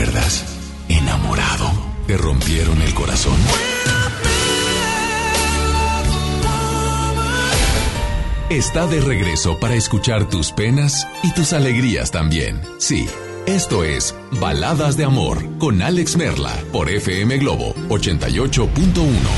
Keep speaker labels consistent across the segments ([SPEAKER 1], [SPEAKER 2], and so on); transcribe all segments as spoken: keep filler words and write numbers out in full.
[SPEAKER 1] recuerdas? ¿Enamorado? ¿Te rompieron el corazón? Está de regreso para escuchar tus penas y tus alegrías también. Sí, esto es Baladas de Amor con Alex Merla por F M Globo ochenta y ocho punto uno.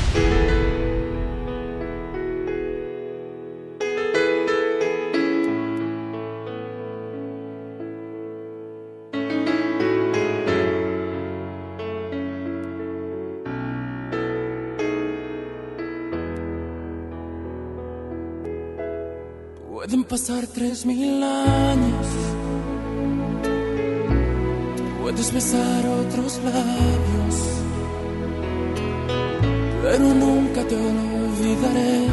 [SPEAKER 2] Pueden pasar tres mil años, puedes besar otros labios, pero nunca te olvidaré,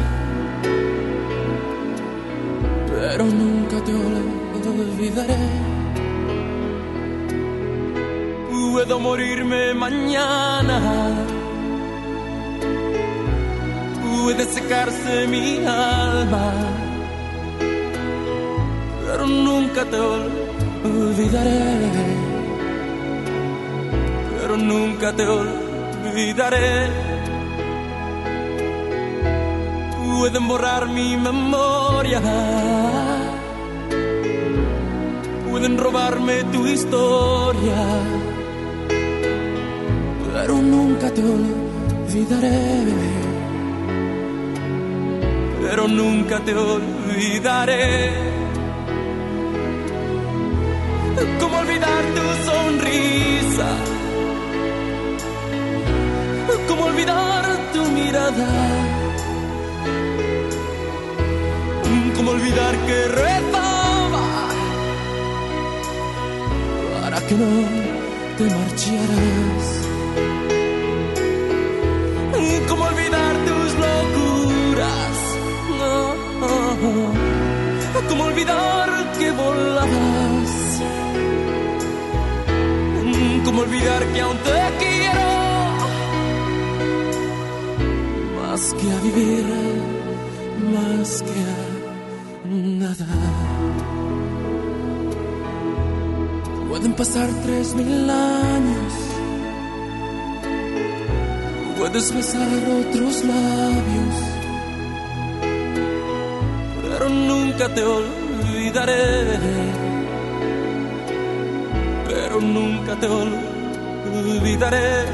[SPEAKER 2] pero nunca te olvidaré. Puedo morirme mañana, puede secarse mi alma, pero nunca te olvidaré, pero nunca te olvidaré. Pueden borrar mi memoria, pueden robarme tu historia, pero nunca te olvidaré, pero nunca te olvidaré. ¿Cómo olvidar tu sonrisa? ¿Cómo olvidar tu mirada? ¿Cómo olvidar que rezaba para que no te marcharas? ¿Cómo olvidar tus locuras? ¿Cómo olvidar que volabas? ¿Cómo olvidar que aún te quiero más que a vivir, más que a nada? Pueden pasar tres mil años, puedes besar otros labios, pero nunca te olvidaré, pero nunca te olvidaré.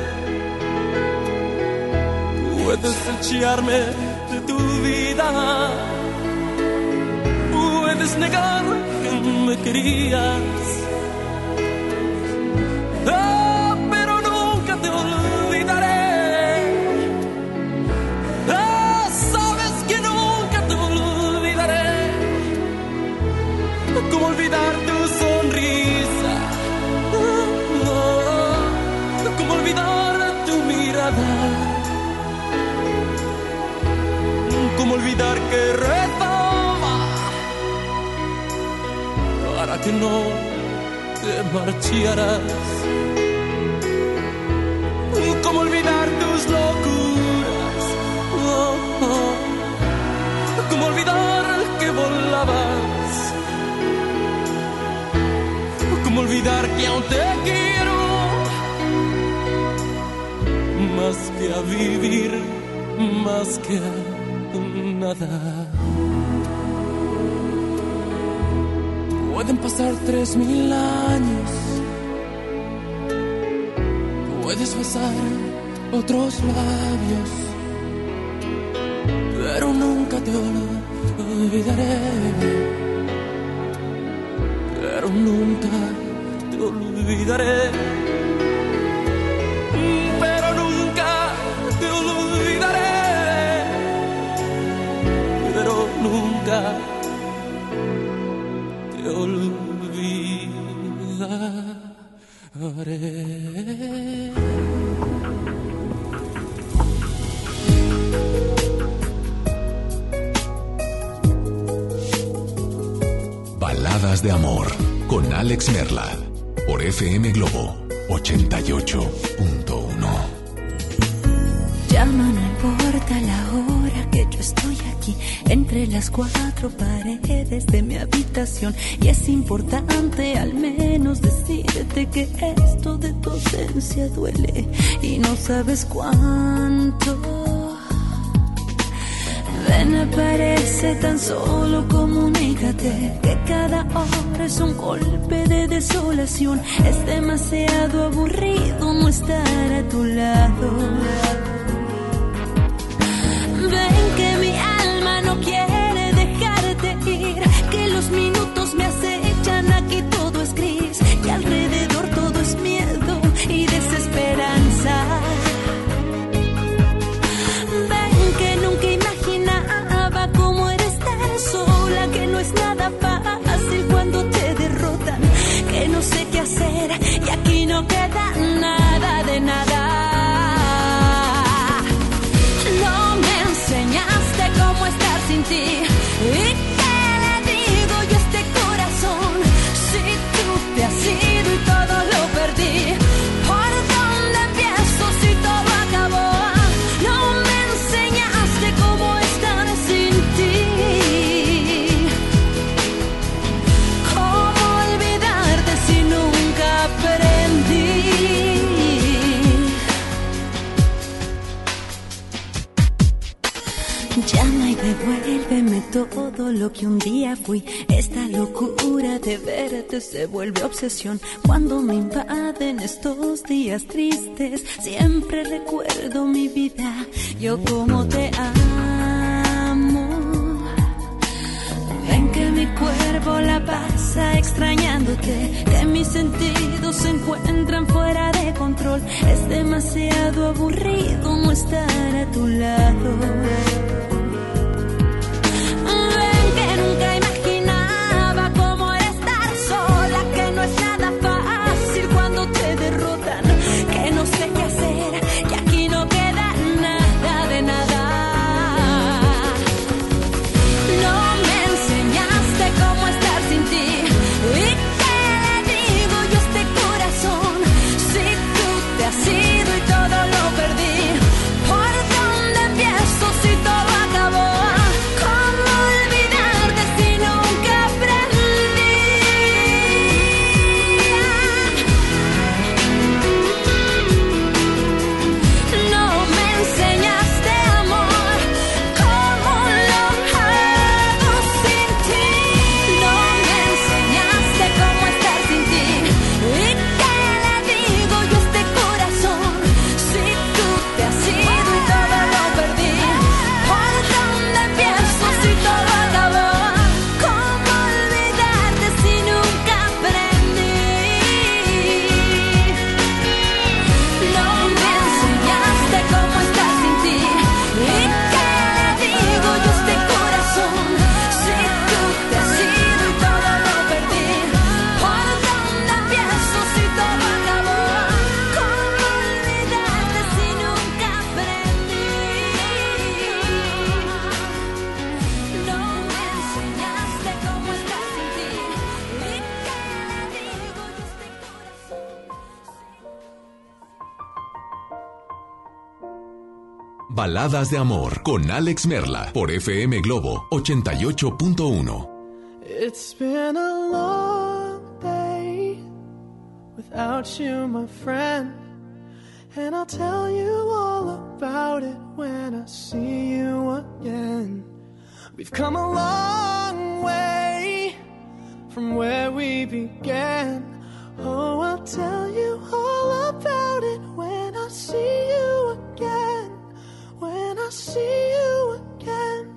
[SPEAKER 2] Puedes echarme de tu vida, puedes negar que me querías, ah, pero nunca te olvidaré, ah, sabes que nunca te olvidaré. ¿Cómo olvidar tu sonrisa? ¿Cómo olvidar tu mirada? ¿Cómo olvidar que rezaba para que no te marcharas? ¿Cómo olvidar tus locuras? ¿Cómo olvidar que volabas? ¿Cómo olvidar que aún te quiero más que a vivir, más que a nada? Pueden pasar tres mil años, puedes besar otros labios, pero nunca te olvidaré, pero nunca te olvidaré. Nunca te olvidaré.
[SPEAKER 1] Baladas de Amor con Alex Merla por F M Globo ochenta y ocho punto uno.
[SPEAKER 3] Llama, no importa la hora que yo estoy aquí entre las cuatro paredes de mi habitación, y es importante al menos decirte decirte que esto de tu ausencia duele y no sabes cuánto. Ven, aparece tan solo, comunícate que cada hora es un golpe de desolación. Es demasiado aburrido no estar a tu lado. Ven que mi alma no quiere dejarte ir, que los minutos me acechan, aquí todo es gris y alrededor todo es miedo y desesperanza. Ven que nunca imaginaba cómo era estar sola, que no es nada fácil cuando te derrotan, que no sé qué hacer y aquí no queda nada de nada. No me enseñaste cómo estar sin ti. ¿Y qué le digo yo a este corazón? Si tú te has ido y todo lo perdí, ¿por dónde empiezo si todo acabó? No me enseñaste cómo estar sin ti, cómo olvidarte si nunca aprendí. Llama y devuélveme todo lo que un día fui. Esta locura de verte se vuelve obsesión. Cuando me invaden estos días tristes, siempre recuerdo mi vida, yo como te amo. Ven que mi cuerpo la pasa extrañándote, que mis sentidos se encuentran fuera de control. Es demasiado aburrido no estar a tu lado. Nunca imaginaba cómo era estar sola, que no es nada fácil cuando te derrotan, que no sé qué hacer y aquí no queda nada de nada. No me enseñaste cómo estar sin ti. ¿Y qué le digo yo a este corazón? Si tú te has ido y todo lo perdí, ¿por dónde empiezo si todo acabó?
[SPEAKER 1] Baladas de Amor con Alex Merla por F M Globo ochenta y ocho punto uno.
[SPEAKER 4] It's been a long day without you, my friend, and I'll tell you all about it when I see you again. We've come a long way from where we began. Oh, I'll tell you all about it when I see you again. When I see you again.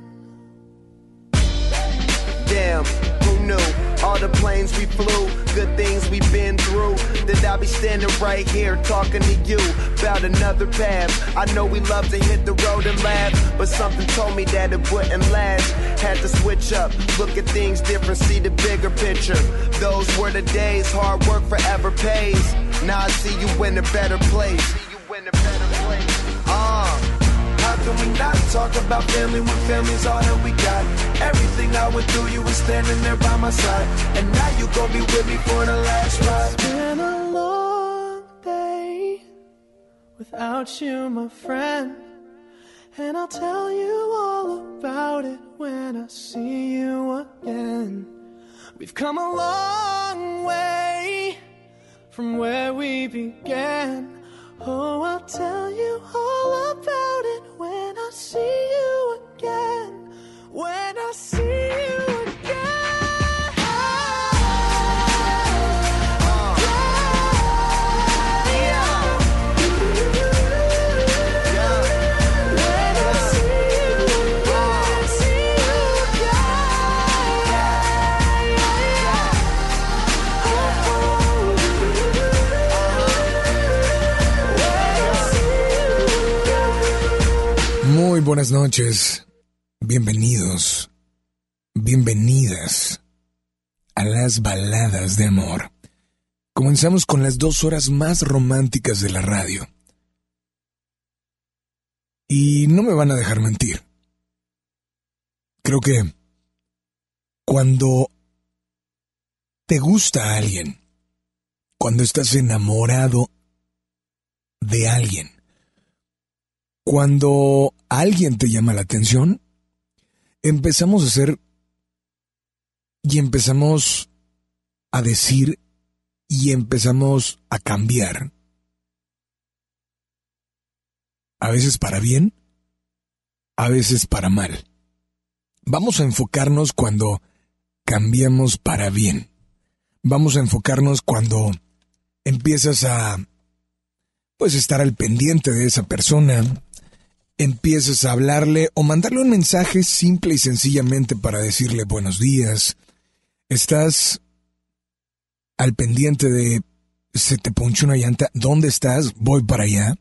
[SPEAKER 5] Damn, who knew? All the planes we flew, good things we've been through. That I'll be standing right here talking to you about another path. I know we love to hit the road and laugh, but something told me that it wouldn't last. Had to switch up, look at things different, see the bigger picture. Those were the days, hard work forever pays. Now I see you in a better place. See you in a better place. Uh. How can we not talk about family when family's all that we got? Everything I went through, you were standing there by my side, and now you gon' be with me for the last ride.
[SPEAKER 4] It's been a long day without you, my friend, and I'll tell you all about it when I see you again. We've come a long way from where we began. Oh, I'll tell you all about it when I see you again. When I see you again. Oh, yeah. Yeah. Yeah. When I see you again, see you again. Yeah, yeah.
[SPEAKER 6] Muy buenas noches, bienvenidos, bienvenidas a las baladas de amor. Comenzamos con las dos horas más románticas de la radio. Y no me van a dejar mentir. Creo que cuando te gusta a alguien, cuando estás enamorado de alguien, cuando alguien te llama la atención, empezamos a hacer y empezamos a decir y empezamos a cambiar. A veces para bien, a veces para mal. Vamos a enfocarnos cuando cambiamos para bien. Vamos a enfocarnos cuando empiezas a, pues, estar al pendiente de esa persona. Empiezas a hablarle o mandarle un mensaje simple y sencillamente para decirle buenos días. Estás al pendiente de se te ponchó una llanta. ¿Dónde estás? Voy para allá.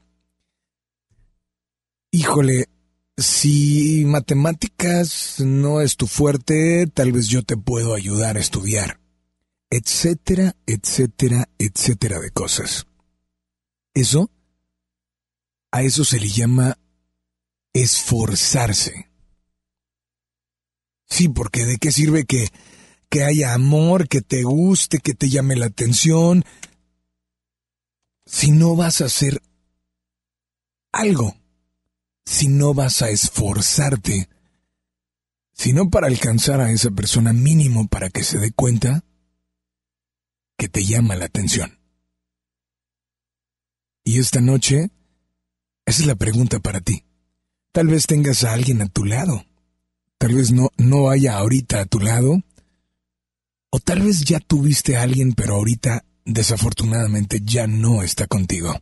[SPEAKER 6] Híjole, si matemáticas no es tu fuerte, tal vez yo te puedo ayudar a estudiar. Etcétera, etcétera, etcétera de cosas. Eso, a eso se le llama esforzarse. Sí, porque ¿de qué sirve que, que haya amor, que te guste, que te llame la atención, si no vas a hacer algo, si no vas a esforzarte, si no para alcanzar a esa persona mínimo para que se dé cuenta que te llama la atención? Y esta noche, esa es la pregunta para ti. Tal vez tengas a alguien a tu lado. Tal vez no, no haya ahorita a tu lado. O tal vez ya tuviste a alguien, pero ahorita, desafortunadamente, ya no está contigo.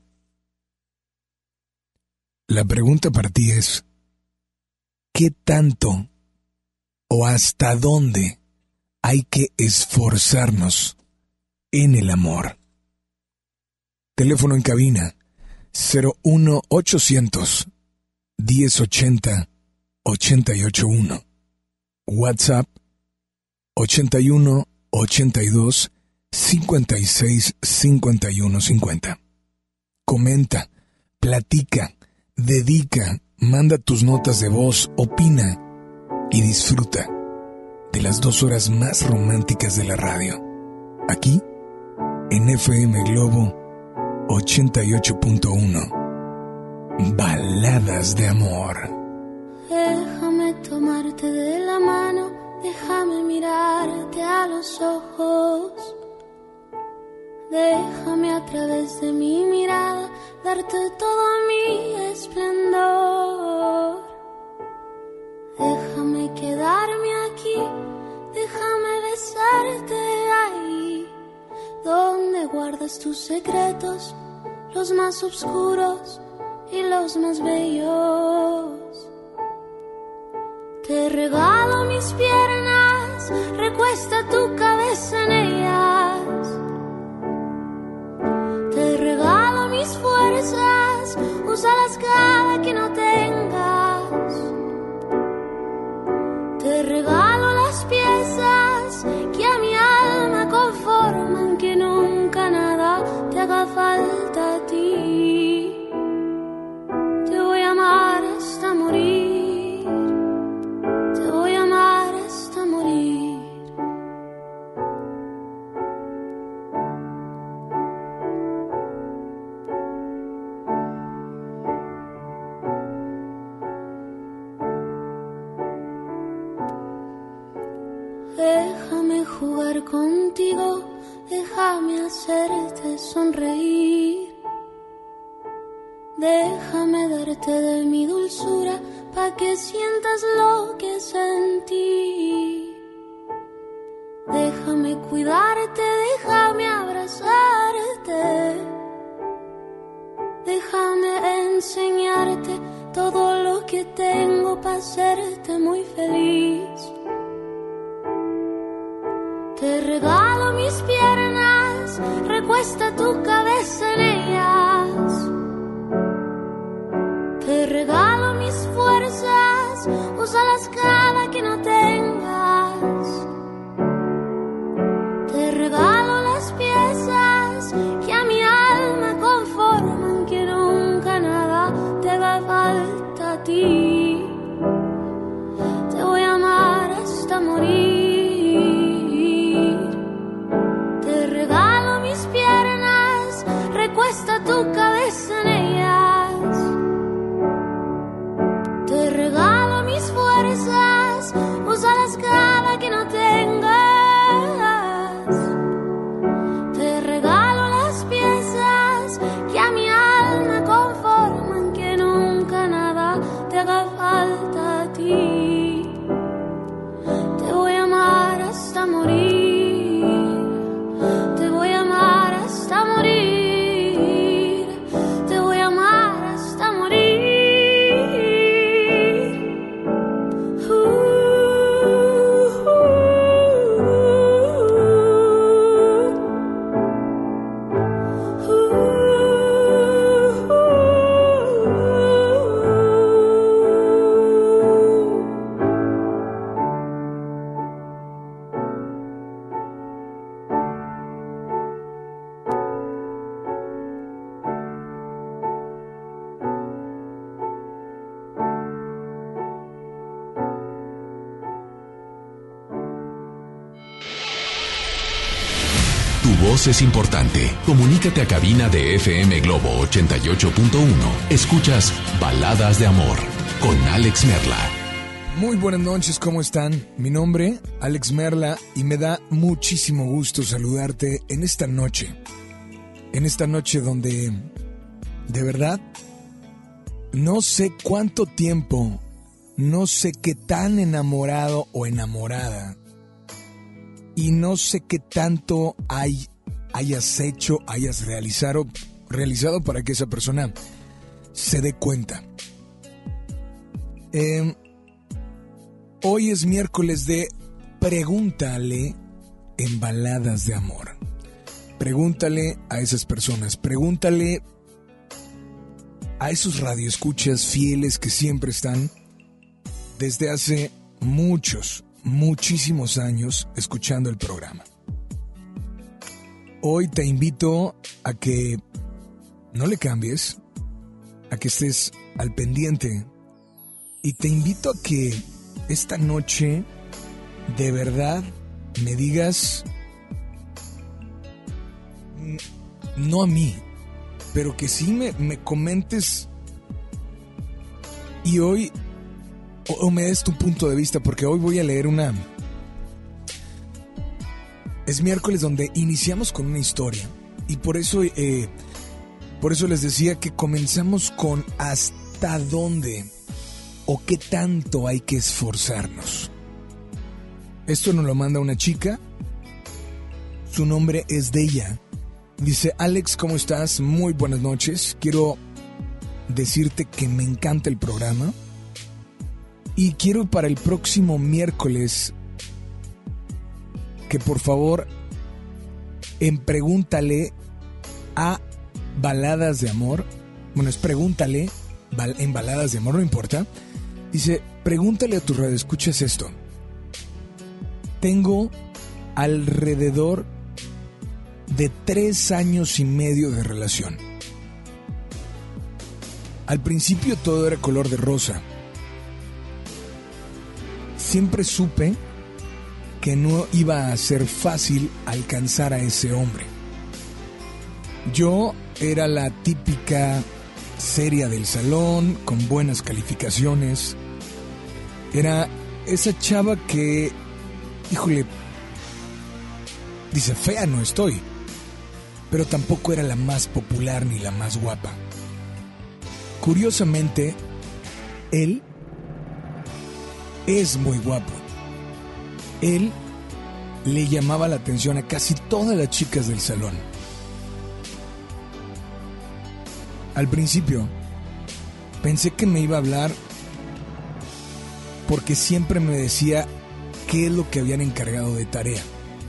[SPEAKER 6] La pregunta para ti es, ¿qué tanto o hasta dónde hay que esforzarnos en el amor? Teléfono en cabina, cero uno ochocientos diez ochenta ochenta y ocho uno. WhatsApp ochenta y uno ochenta y dos cincuenta y seis cincuenta y uno cincuenta. Comenta, platica, dedica, manda tus notas de voz, opina y disfruta de las dos horas más románticas de la radio. Aquí, en F M Globo ochenta y ocho punto uno. Baladas de amor.
[SPEAKER 3] Déjame tomarte de la mano, déjame mirarte a los ojos. Déjame a través de mi mirada darte todo mi esplendor. Déjame quedarme aquí, déjame besarte ahí, donde guardas tus secretos, los más oscuros y los más bellos. Te regalo mis piernas, recuesta tu cabeza en ellas. Te regalo mis fuerzas, úsalas cada que no tengas. Te regalo las piezas que a mi alma conforman, que nunca nada te haga falta a ti. Te voy a amar hasta morir, te voy a amar hasta morir. Déjame jugar contigo, déjame hacerte soñar. sonreír. Déjame darte de mi dulzura pa' que sientas lo que sentí. Déjame cuidarte, déjame abrazarte. Déjame enseñarte todo lo que tengo para hacerte muy feliz. Te regalo mis piernas, recuesta tu cabeza en ellas. Te regalo mis fuerzas, úsalas cada que no tengas. Te regalo las piezas que a mi alma conforman, que nunca nada te haga falta a ti. Te voy a amar hasta morir. Te regalo mis piernas, recuesta tu cabeza en ellas. Te regalo mis fuerzas, úsalas cada que no tengas. Te regalo las piezas que a mi alma conforman, que nunca nada te haga falta a ti. Te voy a amar hasta morir. Te voy a amar hasta morir. Te voy a amar hasta morir.
[SPEAKER 1] Tu voz es importante. Comunícate a cabina de F M Globo ochenta y ocho punto uno. Escuchas Baladas de Amor con Alex Merla.
[SPEAKER 6] Muy buenas noches, ¿cómo están? Mi nombre, Alex Merla, y me da muchísimo gusto saludarte en esta noche. En esta noche donde, de verdad, no sé cuánto tiempo, no sé qué tan enamorado o enamorada, y no sé qué tanto hay, hayas hecho, hayas realizado, realizado para que esa persona se dé cuenta. Eh, hoy es miércoles de Pregúntale en Baladas de Amor. Pregúntale a esas personas, pregúntale a esos radioescuchas fieles que siempre están desde hace muchos, muchísimos años escuchando el programa. Hoy te invito a que no le cambies, a que estés al pendiente, y te invito a que esta noche de verdad me digas, no a mí, pero que sí me, me comentes y hoy o, o me des tu punto de vista, porque hoy voy a leer una... Es miércoles donde iniciamos con una historia y por eso, eh, por eso les decía que comenzamos con hasta dónde o qué tanto hay que esforzarnos. Esto nos lo manda una chica, su nombre es Deya. Dice: Alex, ¿cómo estás? Muy buenas noches. Quiero decirte que me encanta el programa y quiero para el próximo miércoles que por favor en Pregúntale a Baladas de Amor, bueno, es Pregúntale en Baladas de Amor, no importa. Dice: pregúntale a tu radio, escuchas esto. Tengo alrededor de tres años y medio de relación. Al principio todo era color de rosa. Siempre supe que no iba a ser fácil alcanzar a ese hombre. Yo era la típica seria del salón, con buenas calificaciones. Era esa chava que, híjole, dice, fea no estoy, pero tampoco era la más popular ni la más guapa. Curiosamente, él es muy guapo. Él le llamaba la atención a casi todas las chicas del salón. Al principio, pensé que me iba a hablar porque siempre me decía qué es lo que habían encargado de tarea.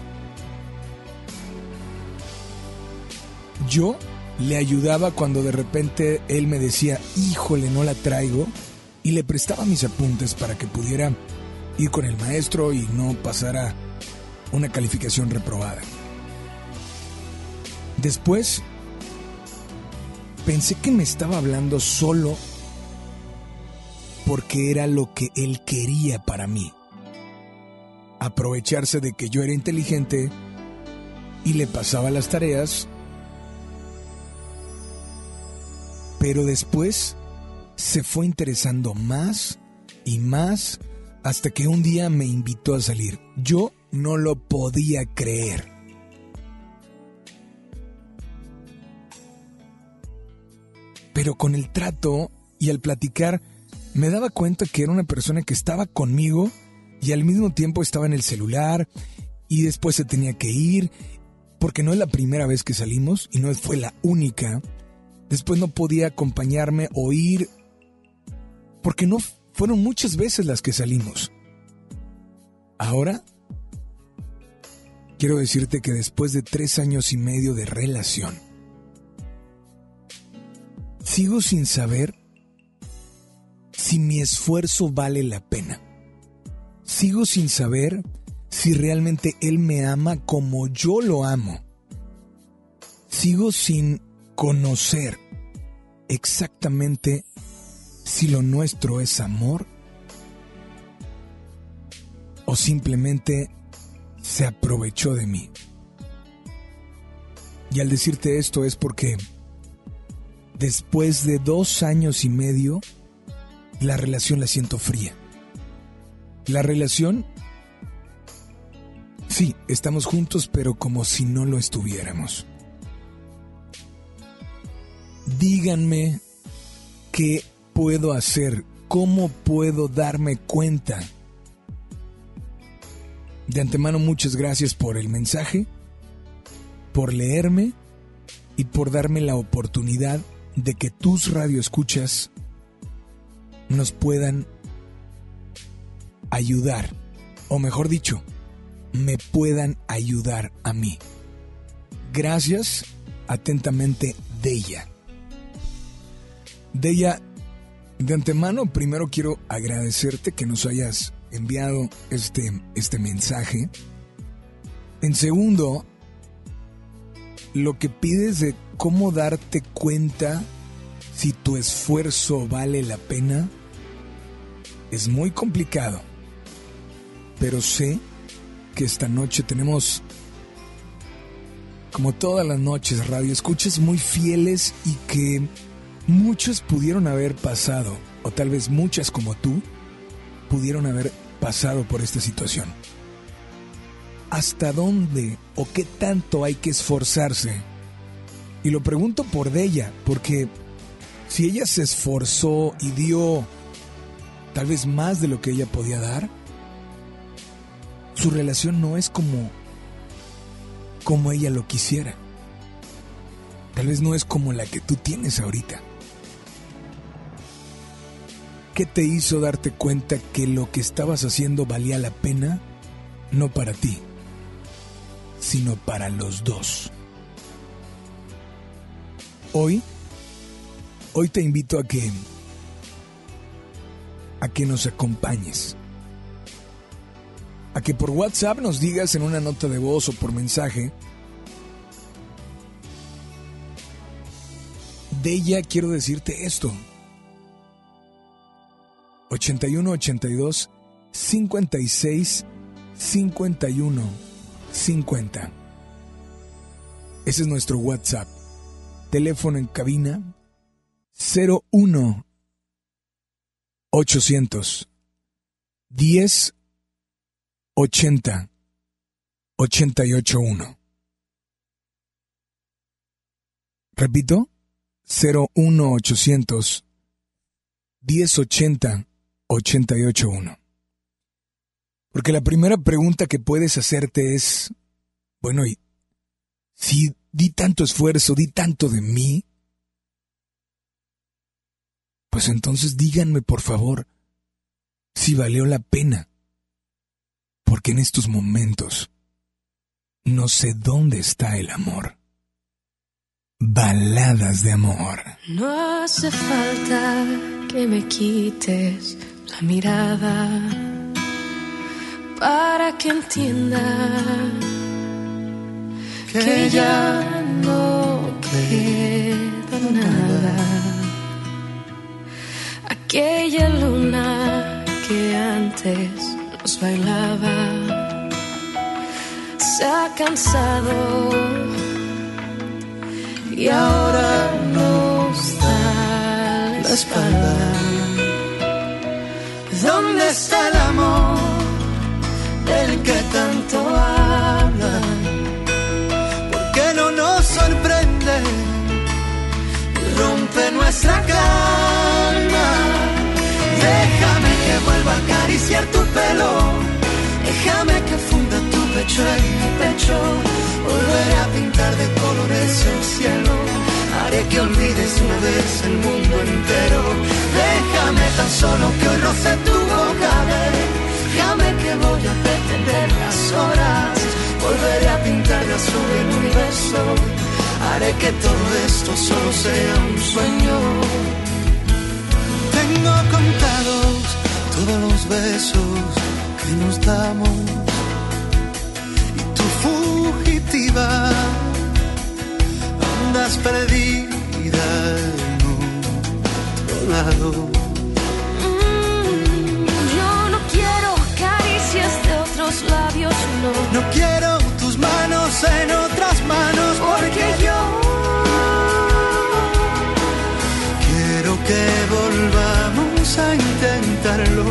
[SPEAKER 6] Yo le ayudaba cuando de repente él me decía, híjole, no la traigo, y le prestaba mis apuntes para que pudiera ir con el maestro y no pasara una calificación reprobada. Después, pensé que me estaba hablando solo porque era lo que él quería para mí. Aprovecharse de que yo era inteligente y le pasaba las tareas. Pero después se fue interesando más y más hasta que un día me invitó a salir. Yo no lo podía creer. Pero con el trato y al platicar me daba cuenta que era una persona que estaba conmigo y al mismo tiempo estaba en el celular y después se tenía que ir porque no es la primera vez que salimos y no fue la única. Después no podía acompañarme o ir porque no fueron muchas veces las que salimos. Ahora, quiero decirte que después de tres años y medio de relación, sigo sin saber si mi esfuerzo vale la pena. Sigo sin saber si realmente él me ama como yo lo amo. Sigo sin conocer exactamente si lo nuestro es amor o simplemente se aprovechó de mí. Y al decirte esto es porque después de dos años y medio, la relación la siento fría. La relación, sí, estamos juntos, pero como si no lo estuviéramos. Díganme qué puedo hacer, cómo puedo darme cuenta. De antemano, muchas gracias por el mensaje, por leerme y por darme la oportunidad de que tus radioescuchas nos puedan ayudar, o mejor dicho, me puedan ayudar a mí. Gracias, atentamente, Deya. Deya, de antemano, primero quiero agradecerte que nos hayas enviado este, este mensaje. En segundo, lo que pides de cómo darte cuenta si tu esfuerzo vale la pena es muy complicado. Pero sé que esta noche tenemos, como todas las noches, radioescuchas muy fieles y que muchos pudieron haber pasado, o tal vez muchas como tú, pudieron haber pasado por esta situación. ¿Hasta dónde o qué tanto hay que esforzarse? Y lo pregunto por Deya, porque si ella se esforzó y dio tal vez más de lo que ella podía dar, su relación no es como, como ella lo quisiera. Tal vez no es como la que tú tienes ahorita. ¿Qué te hizo darte cuenta que lo que estabas haciendo valía la pena? No para ti, sino para los dos. Hoy, hoy te invito a que, a que nos acompañes. A que por WhatsApp nos digas en una nota de voz o por mensaje: Deya, quiero decirte esto. ochenta y uno ochenta y dos cincuenta y seis cincuenta y uno cincuenta. Ese es nuestro WhatsApp. Teléfono en cabina cero uno ochocientos diez ochenta ochenta y ocho uno. ochenta y uno ochenta y dos cincuenta y seis cincuenta y uno cincuenta. Ese es nuestro WhatsApp. Teléfono en cabina cero uno ochocientos diez ochenta ochenta y ocho uno. ochenta y ocho uno. ochenta y ocho uno ochenta y dos cincuenta y seis cincuenta y uno cincuenta. Ese es nuestro WhatsApp. Teléfono en cabina cero uno ochocientos diez ochenta ochenta y ocho uno. Repito, cero uno ochocientos diez ochenta ochenta y ocho uno. Porque la primera pregunta que puedes hacerte es, bueno, y si di tanto esfuerzo, di tanto de mí, pues entonces díganme por favor si valió la pena, porque en estos momentos no sé dónde está el amor. Baladas de amor.
[SPEAKER 7] No hace falta que me quites la mirada para que entienda que, que ya no queda nada. Aquella luna que antes nos bailaba se ha cansado y ahora nos da la espalda.
[SPEAKER 2] ¿Dónde está el amor del que tanto hablan? ¿Por qué no nos sorprende y rompe nuestra calma? Déjame que vuelva a acariciar tu pelo, déjame que funda tu pecho en mi pecho, volveré a pintar de colores el cielo, haré que olvides una vez el mundo entero. Déjame tan solo que hoy roce tu boca, déjame que voy a detener las horas, volveré a pintar de azul el universo, haré que todo esto solo sea un sueño. Tengo contados todos los besos que nos damos y tu fugitiva andas perdida en otro lado.
[SPEAKER 7] Mm, yo no quiero caricias de otros labios, no.
[SPEAKER 2] No quiero tus manos en otras manos, porque yo quiero que volvamos a intentarlo.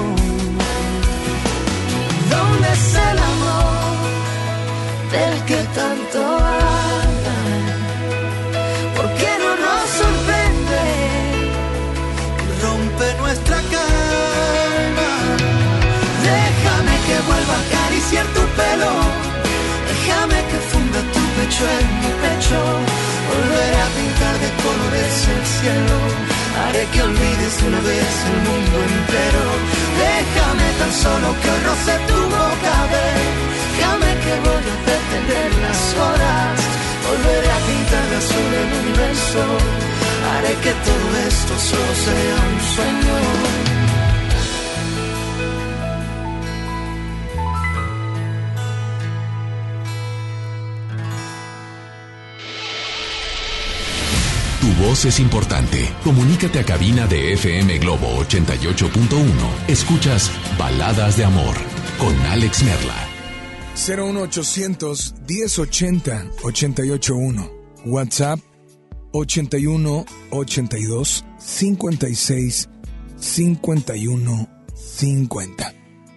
[SPEAKER 2] ¿Dónde es el amor del que tanto hablan? ¿Por qué no nos sorprende y rompe nuestra calma? Déjame que vuelva a acariciar tu pelo, déjame que funda tu pecho en mi pecho, volveré a pintar de colores el cielo, haré que olvides una vez el mundo entero. Déjame tan solo que hoy roce tu boca, déjame que voy a detener las horas, volveré a pintar de azul el universo, haré que todo esto solo sea un sueño.
[SPEAKER 1] Tu voz es importante. Comunícate a cabina de F M Globo ochenta y ocho punto uno. Escuchas Baladas de Amor con Alex Merla.
[SPEAKER 6] cero uno ochocientos diez ochenta ochenta y ocho uno. WhatsApp ochenta y uno ochenta y dos cincuenta y seis cincuenta y uno cincuenta.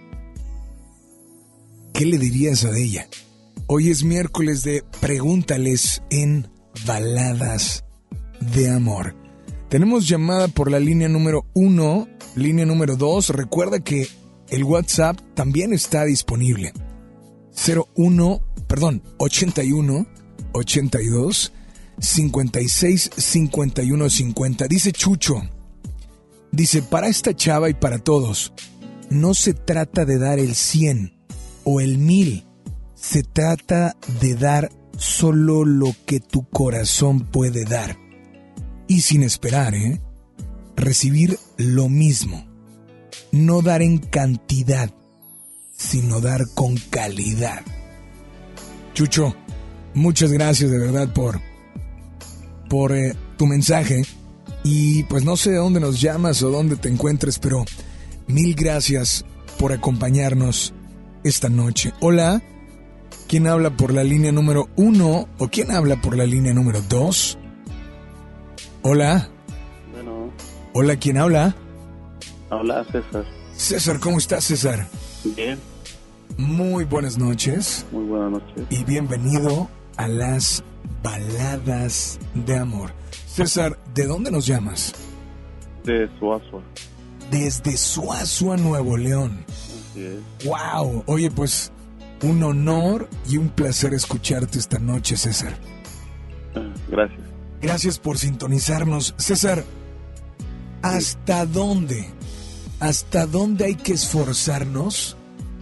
[SPEAKER 6] ¿Qué le dirías a ella? Hoy es miércoles de Pregúntales en Baladas de Amor. Tenemos llamada por la línea número uno, línea número dos. Recuerda que el WhatsApp también está disponible. cero uno, perdón, ochenta y uno ochenta y dos cincuenta y seis cincuenta y uno cincuenta. Dice Chucho, dice, para esta chava y para todos, no se trata de dar el cien o el mil, se trata de dar solo lo que tu corazón puede dar. Y sin esperar, ¿eh? Recibir lo mismo. No dar en cantidad, sino dar con calidad. Chucho, muchas gracias de verdad por, por eh, tu mensaje. Y pues no sé de dónde nos llamas o dónde te encuentres, pero mil gracias por acompañarnos esta noche. Hola, ¿quién habla por la línea número uno o quién habla por la línea número dos? Hola.
[SPEAKER 8] Bueno.
[SPEAKER 6] Hola, ¿quién habla?
[SPEAKER 8] Hola, César.
[SPEAKER 6] César, ¿cómo estás, César?
[SPEAKER 8] Bien.
[SPEAKER 6] Muy buenas noches.
[SPEAKER 8] Muy buenas noches.
[SPEAKER 6] Y bienvenido a las baladas de amor. César, ¿de dónde nos llamas?
[SPEAKER 8] De Suazua.
[SPEAKER 6] Desde Suazua, Nuevo León.
[SPEAKER 8] Así es.
[SPEAKER 6] ¡Wow! Oye, pues, un honor y un placer escucharte esta noche, César.
[SPEAKER 8] Ah, gracias.
[SPEAKER 6] Gracias por sintonizarnos. César, ¿hasta dónde? ¿Hasta dónde hay que esforzarnos?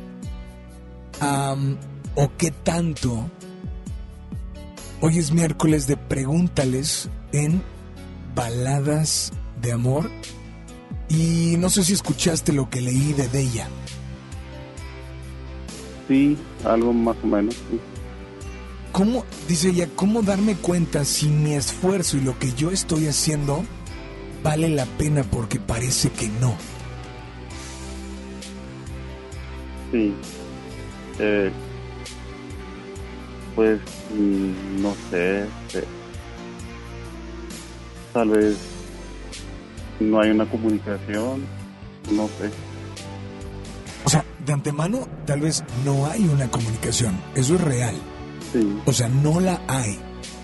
[SPEAKER 6] Um, ¿O qué tanto? Hoy es miércoles de Pregúntales en Baladas de Amor. Y no sé si escuchaste lo que leí de Deya.
[SPEAKER 8] Sí, algo más o menos, sí.
[SPEAKER 6] ¿Cómo, dice ella, cómo darme cuenta si mi esfuerzo y lo que yo estoy haciendo vale la pena porque parece que no?
[SPEAKER 8] Sí. Eh, pues, mm, no sé. Eh, tal vez no hay una comunicación, no sé.
[SPEAKER 6] O sea, de antemano, tal vez no hay una comunicación. Eso es real.
[SPEAKER 8] Sí.
[SPEAKER 6] O sea, no la hay.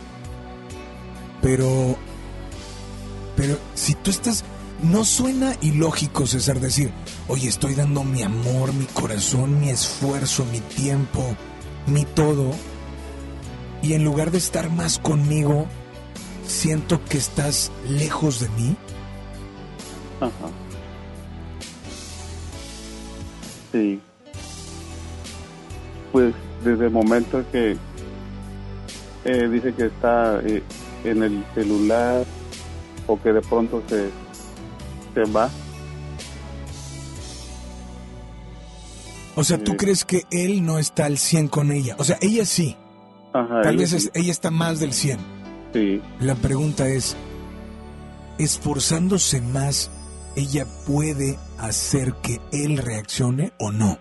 [SPEAKER 6] Pero... Pero si tú estás... No suena ilógico, César, decir, oye, estoy dando mi amor, mi corazón, mi esfuerzo, mi tiempo, mi todo, y en lugar de estar más conmigo, siento que estás lejos de mí.
[SPEAKER 8] Ajá. Sí. Pues desde el momento que eh, dice que está eh, en el celular o que de pronto se, se va.
[SPEAKER 6] O sea, ¿tú
[SPEAKER 8] Sí.
[SPEAKER 6] crees que él no está al cien con ella? O sea, ella sí.
[SPEAKER 8] Ajá,
[SPEAKER 6] Tal
[SPEAKER 8] ella
[SPEAKER 6] vez
[SPEAKER 8] sí.
[SPEAKER 6] es- ella está más del cien.
[SPEAKER 8] Sí.
[SPEAKER 6] La pregunta es, esforzándose más, ¿ella puede hacer que él reaccione o no?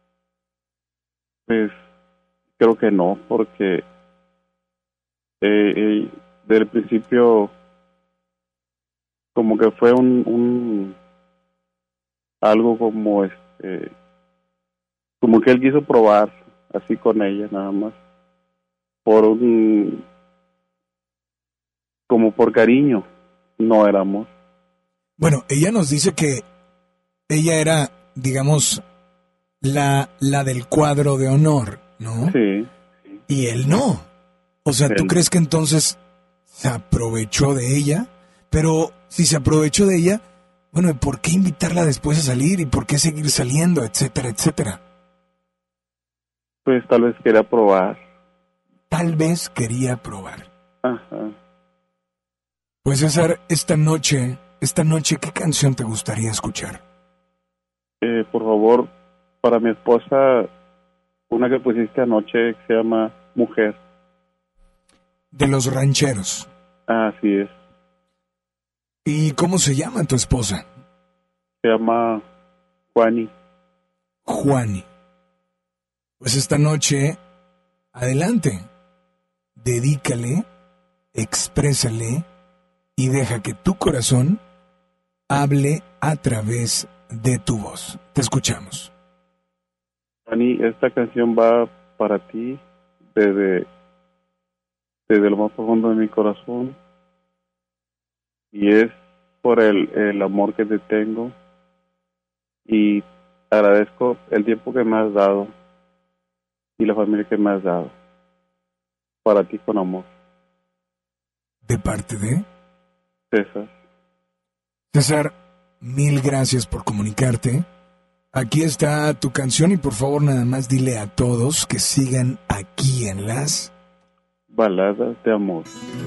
[SPEAKER 8] Pues creo que no, porque eh, eh, del principio como que fue un, un algo como este como que él quiso probar así con ella nada más por un como por cariño, no era amor.
[SPEAKER 6] Bueno, ella nos dice que ella era, digamos, la, la del cuadro de honor, ¿no?
[SPEAKER 8] Sí,
[SPEAKER 6] Y él no. O sea, ¿tú
[SPEAKER 8] Él.
[SPEAKER 6] crees que entonces se aprovechó de ella? Pero si se aprovechó de ella, bueno, ¿y por qué invitarla después a salir? ¿Y por qué seguir saliendo? Etcétera, etcétera.
[SPEAKER 8] pues tal vez quería probar.
[SPEAKER 6] Tal vez quería probar.
[SPEAKER 8] Ajá.
[SPEAKER 6] Pues César, esta noche, esta noche, ¿qué canción te gustaría escuchar?
[SPEAKER 8] Eh, por favor, para mi esposa, una que pusiste anoche que se llama Mujer.
[SPEAKER 6] De los rancheros.
[SPEAKER 8] Así es.
[SPEAKER 6] ¿Y cómo se llama tu esposa?
[SPEAKER 8] Se llama Juani.
[SPEAKER 6] Juani. Pues esta noche, adelante. Dedícale, exprésale y deja que tu corazón hable a través de tu voz. Te escuchamos.
[SPEAKER 8] Juani, esta canción va para ti desde, desde lo más profundo de mi corazón. Y es por el, el amor que te tengo. Y agradezco el tiempo que me has dado y la familia que me has dado. Para ti con amor,
[SPEAKER 6] De parte de
[SPEAKER 8] César.
[SPEAKER 6] César, mil gracias por comunicarte. Aquí está tu canción y por favor nada más dile a todos que sigan aquí en las...
[SPEAKER 8] Baladas de amor.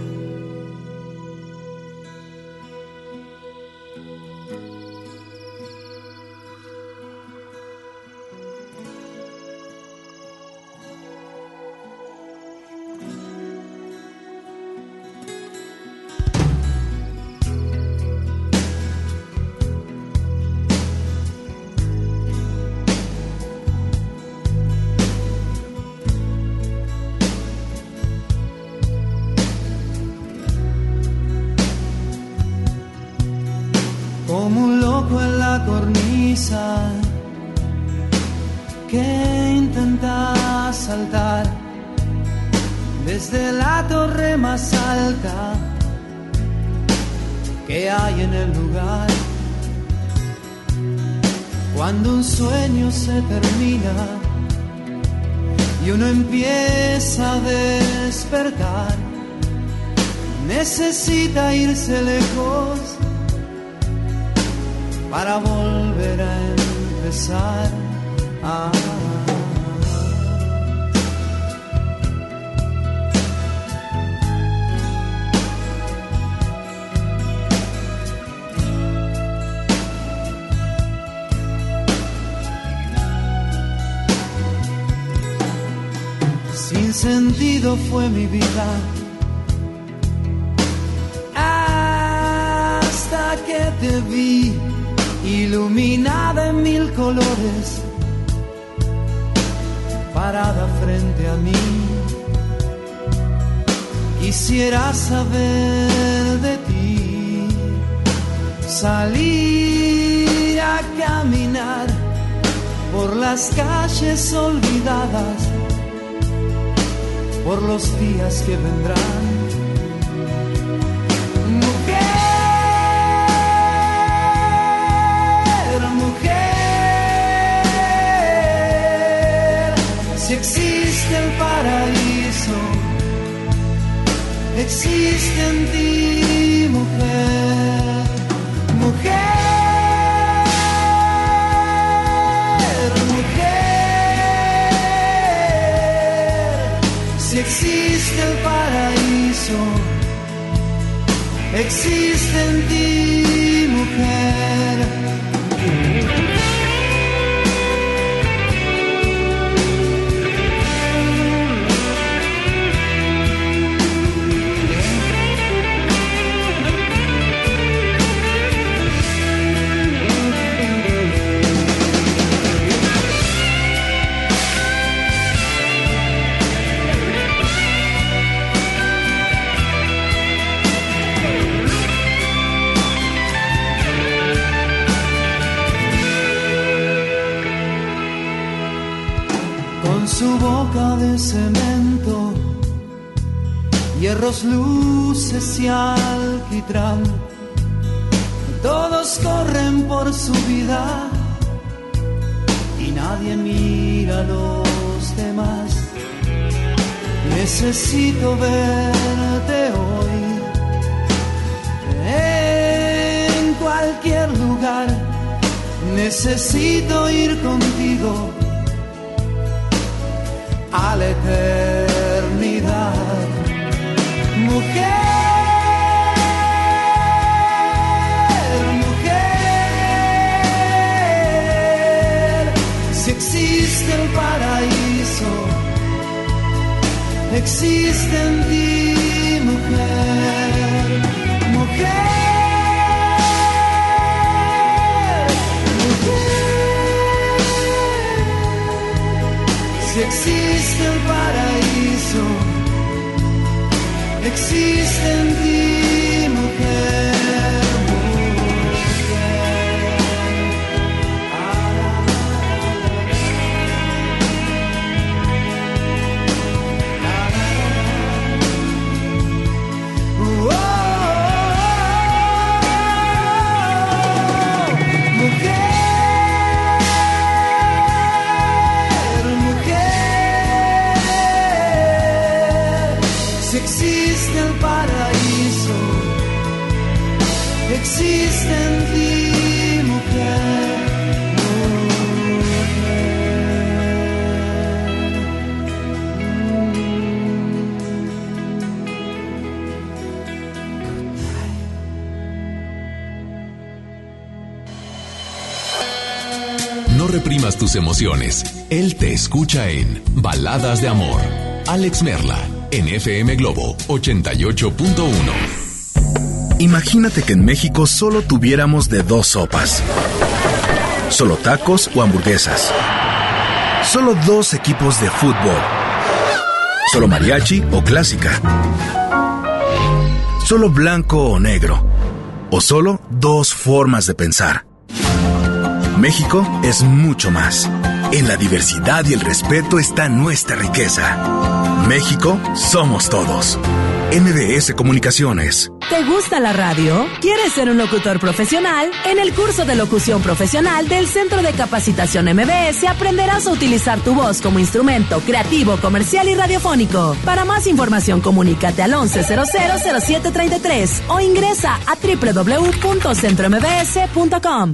[SPEAKER 4] Como un loco en la cornisa que intenta saltar
[SPEAKER 9] desde la torre más alta que hay en el lugar. Cuando un sueño se termina y uno empieza a despertar, necesita irse lejos para volver a empezar. Ah. Sin sentido fue mi vida hasta que te vi, iluminada en mil colores, parada frente a mí. Quisiera saber de ti, salir a caminar por las calles olvidadas, por los días que vendrán. Mujer, mujer, si existe el paraíso, existe en ti, mujer, mujer, mujer, si existe el paraíso, existe en ti, mujer. Su boca de cemento, hierros, luces y alquitrán, todos corren por su vida y nadie mira a los demás. Necesito verte hoy en cualquier lugar, necesito ir contigo a la eternidad. Mujer, mujer, si existe el paraíso, existe en ti, mujer, mujer, mujer, si existe el paraíso, existe en ti, mujer, mujer. Ah, oh, oh, oh, mujer, mujer, si existe el paraíso, existe en ti, mujer,
[SPEAKER 1] No reprimas tus emociones. Él te escucha en Baladas de Amor. Alex Merla, en F M Globo ochenta y ocho punto uno.
[SPEAKER 10] Imagínate que en México solo tuviéramos de dos sopas. Solo tacos o hamburguesas. Solo dos equipos de fútbol. Solo mariachi o clásica. Solo blanco o negro. O solo dos formas de pensar. México es mucho más. En la diversidad y el respeto está nuestra riqueza. México somos todos. M B S Comunicaciones.
[SPEAKER 11] ¿Te gusta la radio? ¿Quieres ser un locutor profesional? En el curso de locución profesional del Centro de Capacitación M B S aprenderás a utilizar tu voz como instrumento creativo, comercial y radiofónico. Para más información, comunícate al once cero cero cero siete treinta y tres o ingresa a doble u doble u doble u punto centro m b s punto com.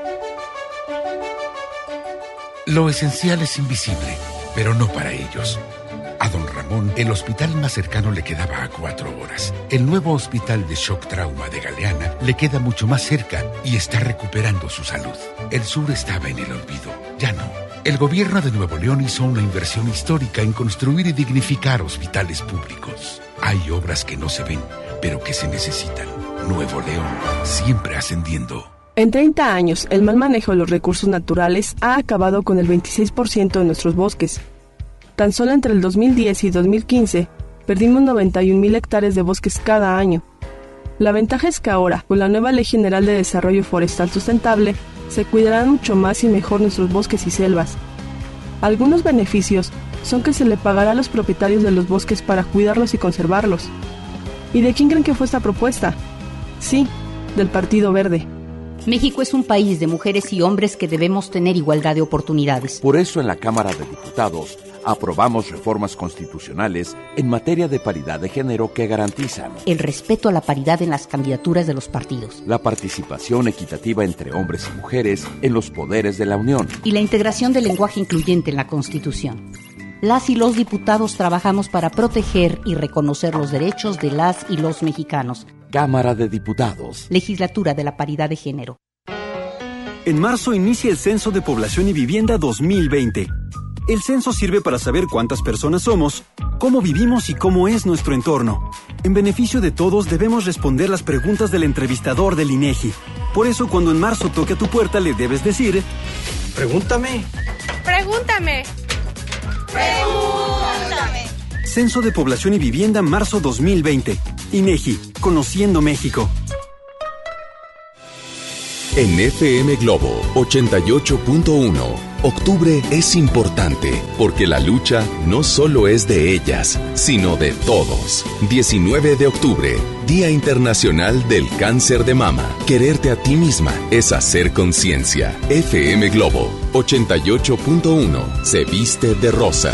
[SPEAKER 12] Lo esencial es invisible, pero no para ellos. A don Ramón, el hospital más cercano le quedaba a cuatro horas. El nuevo hospital de shock trauma de Galeana le queda mucho más cerca y está recuperando su salud. El sur estaba en el olvido, ya no. El gobierno de Nuevo León hizo una inversión histórica en construir y dignificar hospitales públicos. Hay obras que no se ven, pero que se necesitan. Nuevo León, siempre ascendiendo.
[SPEAKER 13] En treinta años, el mal manejo de los recursos naturales ha acabado con el veintiséis por ciento de nuestros bosques. Tan solo entre el dos mil diez y dos mil quince, perdimos noventa y un mil hectáreas de bosques cada año. La ventaja es que ahora, con la nueva Ley General de Desarrollo Forestal Sustentable, se cuidarán mucho más y mejor nuestros bosques y selvas. Algunos beneficios son que se le pagará a los propietarios de los bosques para cuidarlos y conservarlos. ¿Y de quién creen que fue esta propuesta? Sí, del Partido Verde.
[SPEAKER 14] México es un país de mujeres y hombres que debemos tener igualdad de oportunidades.
[SPEAKER 15] Por eso en la Cámara de Diputados aprobamos reformas constitucionales en materia de paridad de género que garantizan
[SPEAKER 14] el respeto a la paridad en las candidaturas de los partidos,
[SPEAKER 15] la participación equitativa entre hombres y mujeres en los poderes de la Unión
[SPEAKER 14] y la integración del lenguaje incluyente en la Constitución. Las y los diputados trabajamos para proteger y reconocer los derechos de las y los mexicanos.
[SPEAKER 15] Cámara de Diputados.
[SPEAKER 14] Legislatura de la Paridad de Género.
[SPEAKER 16] En marzo inicia el Censo de Población y Vivienda dos mil veinte. El censo sirve para saber cuántas personas somos, cómo vivimos y cómo es nuestro entorno. En beneficio de todos debemos responder las preguntas del entrevistador del INEGI. Por eso cuando en marzo toque a tu puerta le debes decir: Pregúntame.
[SPEAKER 17] Pregúntame. Pregúntame.
[SPEAKER 16] Censo de Población y Vivienda marzo dos mil veinte. INEGI, Conociendo México.
[SPEAKER 1] En F M Globo ochenta y ocho punto uno, octubre es importante porque la lucha no solo es de ellas, sino de todos. diecinueve de octubre, Día Internacional del Cáncer de Mama. Quererte a ti misma es hacer conciencia. F M Globo ochenta y ocho punto uno se viste de rosa.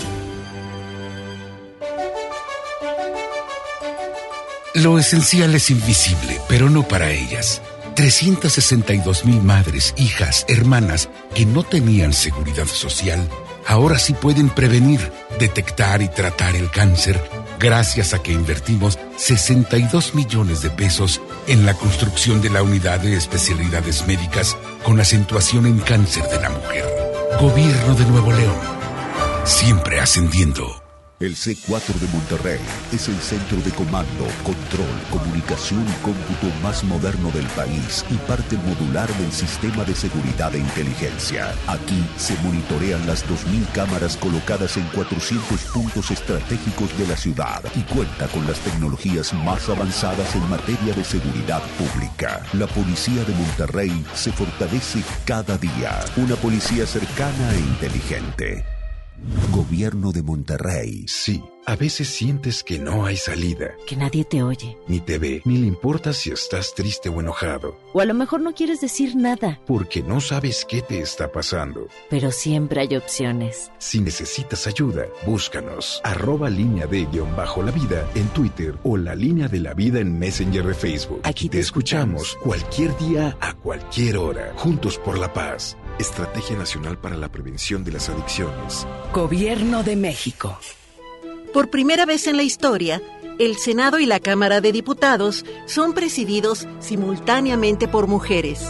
[SPEAKER 12] Lo esencial es invisible, pero no para ellas. trescientas sesenta y dos mil madres, hijas, hermanas que no tenían seguridad social, ahora sí pueden prevenir, detectar y tratar el cáncer gracias a que invertimos sesenta y dos millones de pesos en la construcción de la unidad de especialidades médicas con acentuación en cáncer de la mujer. Gobierno de Nuevo León, siempre ascendiendo.
[SPEAKER 18] El C cuatro de Monterrey es el centro de comando, control, comunicación y cómputo más moderno del país y parte modular del sistema de seguridad e inteligencia. Aquí se monitorean las dos mil cámaras colocadas en cuatrocientos puntos estratégicos de la ciudad y cuenta con las tecnologías más avanzadas en materia de seguridad pública. La Policía de Monterrey se fortalece cada día. Una policía cercana e inteligente. Gobierno de Monterrey.
[SPEAKER 12] Sí, a veces sientes que no hay salida.
[SPEAKER 19] Que nadie te oye.
[SPEAKER 12] Ni te ve, ni le importa si estás triste o enojado.
[SPEAKER 19] O a lo mejor no quieres decir nada.
[SPEAKER 12] Porque no sabes qué te está pasando.
[SPEAKER 19] Pero siempre hay opciones.
[SPEAKER 12] Si necesitas ayuda, búscanos. Arroba línea de guión bajo la vida en Twitter o la línea de la vida en Messenger de Facebook. Aquí te, te escuchamos. escuchamos cualquier día, a cualquier hora. Juntos por la paz. Estrategia Nacional para la Prevención de las Adicciones.
[SPEAKER 11] Gobierno de México.
[SPEAKER 20] Por primera vez en la historia, el Senado y la Cámara de Diputados son presididos simultáneamente por mujeres.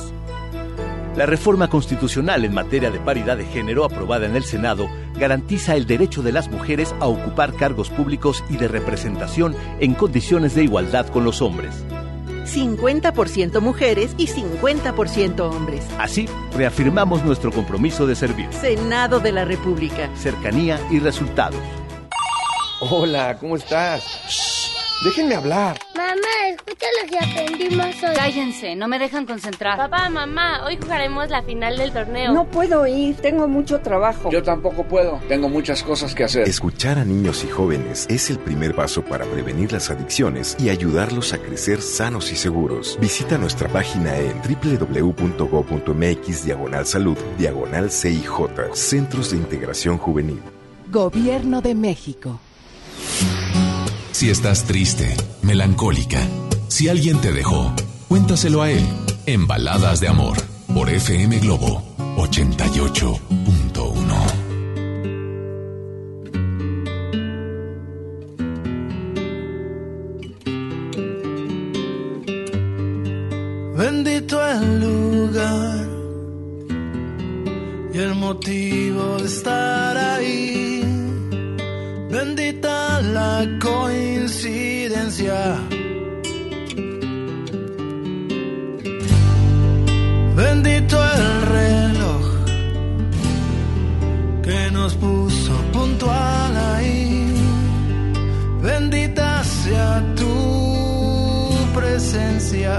[SPEAKER 21] La reforma constitucional en materia de paridad de género aprobada en el Senado garantiza el derecho de las mujeres a ocupar cargos públicos y de representación en condiciones de igualdad con los hombres.
[SPEAKER 20] cincuenta por ciento mujeres y cincuenta por ciento hombres.
[SPEAKER 21] Así, reafirmamos nuestro compromiso de servir.
[SPEAKER 20] Senado de la República.
[SPEAKER 21] Cercanía y resultados.
[SPEAKER 22] Hola, ¿cómo estás?
[SPEAKER 23] Shh,
[SPEAKER 17] Déjenme hablar.
[SPEAKER 22] Mamá, escucha lo que aprendimos hoy.
[SPEAKER 23] Cállense, no me dejan concentrar.
[SPEAKER 22] Papá, mamá, hoy jugaremos la final del torneo.
[SPEAKER 24] No puedo ir, tengo mucho trabajo.
[SPEAKER 17] Yo tampoco puedo, tengo muchas cosas que hacer.
[SPEAKER 25] Escuchar a niños y jóvenes es el primer paso para prevenir las adicciones y ayudarlos a crecer sanos y seguros. Visita nuestra página en doble u doble u doble u punto gob punto eme equis diagonal salud diagonal C I J. Centros de Integración Juvenil.
[SPEAKER 26] Gobierno de México.
[SPEAKER 1] Si estás triste, melancólica, si alguien te dejó, cuéntaselo a él en Baladas de Amor por F M Globo ochenta y ocho punto uno.
[SPEAKER 4] Bendito el lugar y el motivo de estar ahí. Bendita la coincidencia. Bendito el reloj que nos puso puntual ahí. Bendita sea tu presencia.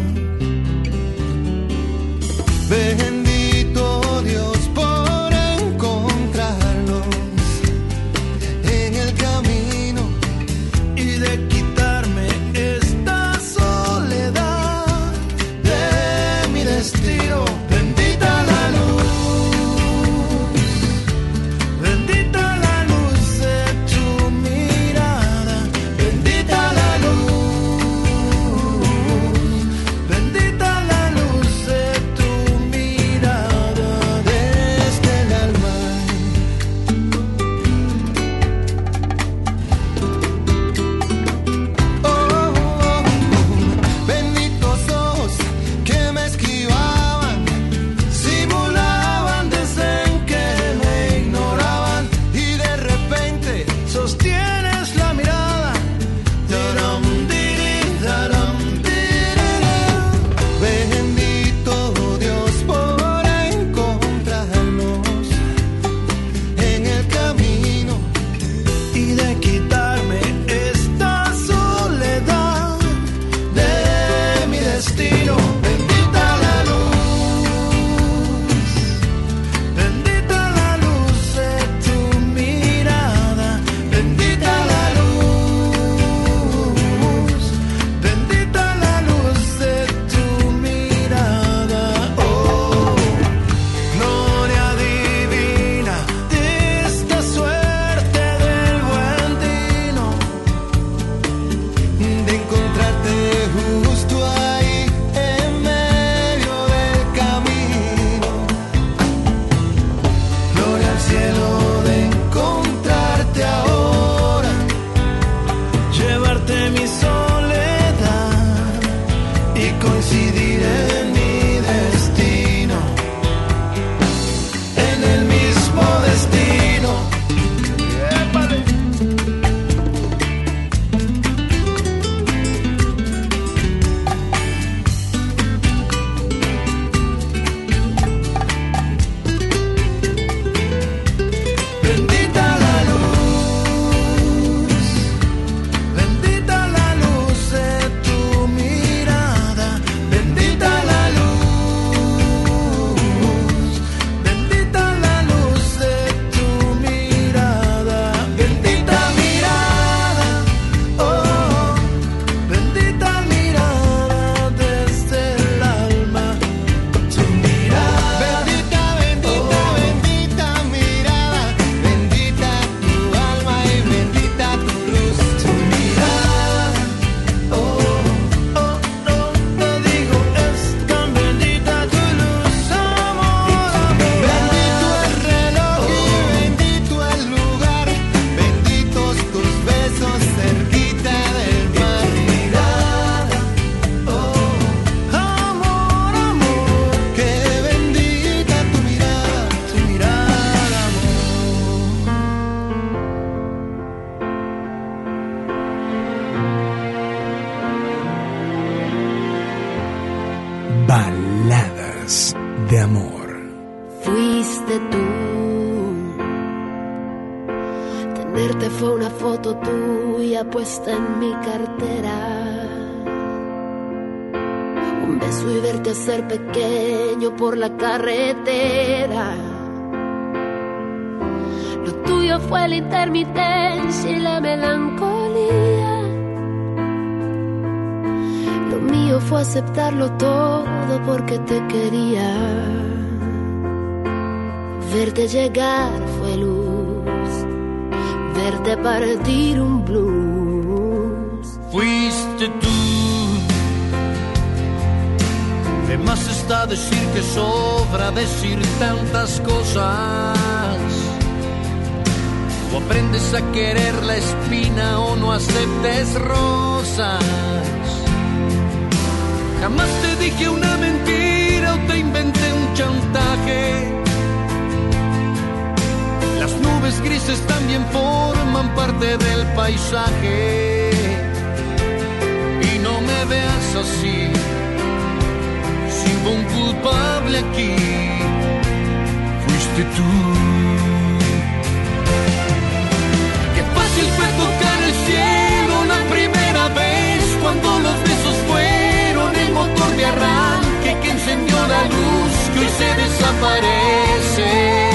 [SPEAKER 4] Bendito Dios por encontrarnos en el camino y de quitarme esta soledad de mi destino. Bendita la luz, bendita la luz de tu mirada, bendita la luz, bendita la luz de tu mirada desde el alma. Oh, oh, oh. Benditos ojos que me esquivaban, simulaban desde que me ignoraban y de repente sostienes la mirada. Taram, diri, taram, dirira. Bendito Dios por encontrarnos en el camino y de quitarme esta soledad de mi destino. Bendita la luz, bendita la luz de tu mirada, bendita la luz, bendita la luz de tu mirada. Oh, gloria divina de esta suerte del buen dino, de encontrarte justo ahí en medio del camino. Gloria al cielo de encontrarte ahora, llevarte mi soledad y coincidir en mi destino, en el mismo destino. ¡Épale! Bendita la luz, bendita la luz de tu mirada, bendita la luz, bendita la luz de tu mirada, bendita mirada, oh, bendita mirada desde el alma, tu mirada. Bendita, bendita, bendita mirada, bendita tu alma y bendita tu luz, tu mirada. Oh, oh, no, no digo, es tan bendita tu luz, amor. Bendito el reloj y bendito el lugar, benditos tus besos cerquita del mar. Mirada, oh, amor, amor, que bendita tu mirada, tu mirada,
[SPEAKER 6] Baladas de Amor.
[SPEAKER 7] Fuiste tú,
[SPEAKER 2] Perderte fue una foto tuya puesta en mi cartera. Un beso y verte hacer pequeño por la carretera. Lo tuyo fue la intermitencia y la melancolía. Lo mío fue aceptarlo todo porque te quería. Verte llegar fue luz, verte partir un blues.
[SPEAKER 3] Fuiste tú. De más está decir que sobra decir tantas cosas. O aprendes a querer la espina o no aceptes rosas. Jamás te dije una mentira o te inventé un chantaje. Las nubes grises también forman parte del paisaje. Y no me veas así, si hubo un culpable aquí, fuiste tú. Qué fácil fue tocar el cielo la primera vez, cuando los besos fueron el motor de arranque que encendió la luz que hoy se desaparece.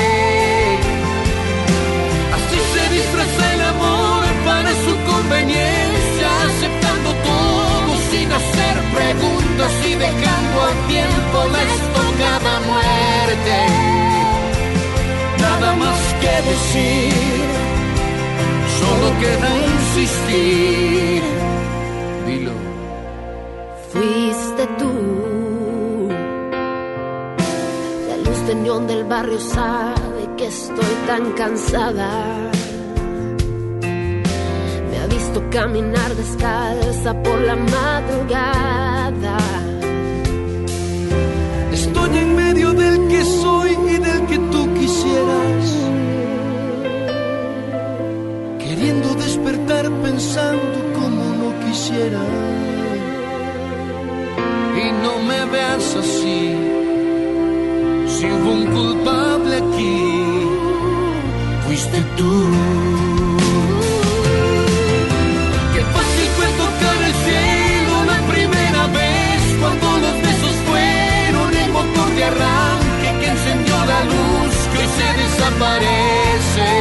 [SPEAKER 3] Así se disfraza el amor para su conveniencia, aceptando todo sin hacer preguntas y dejando al tiempo la estocada muerte. Nada más que decir, solo queda insistir. Dilo.
[SPEAKER 2] Fuiste tú. La luz de neón del barrio sabe que estoy tan cansada. Me ha visto caminar descalza por la madrugada.
[SPEAKER 3] Estoy en medio del que soy y del que tú quisieras, queriendo despertar pensando como no quisiera. Y no me veas así, si hubo un culpable aquí, fuiste tú. Qué fácil fue tocar el cielo la primera vez, cuando los besos fueron el motor de arranque que encendió la luz que hoy se desaparece.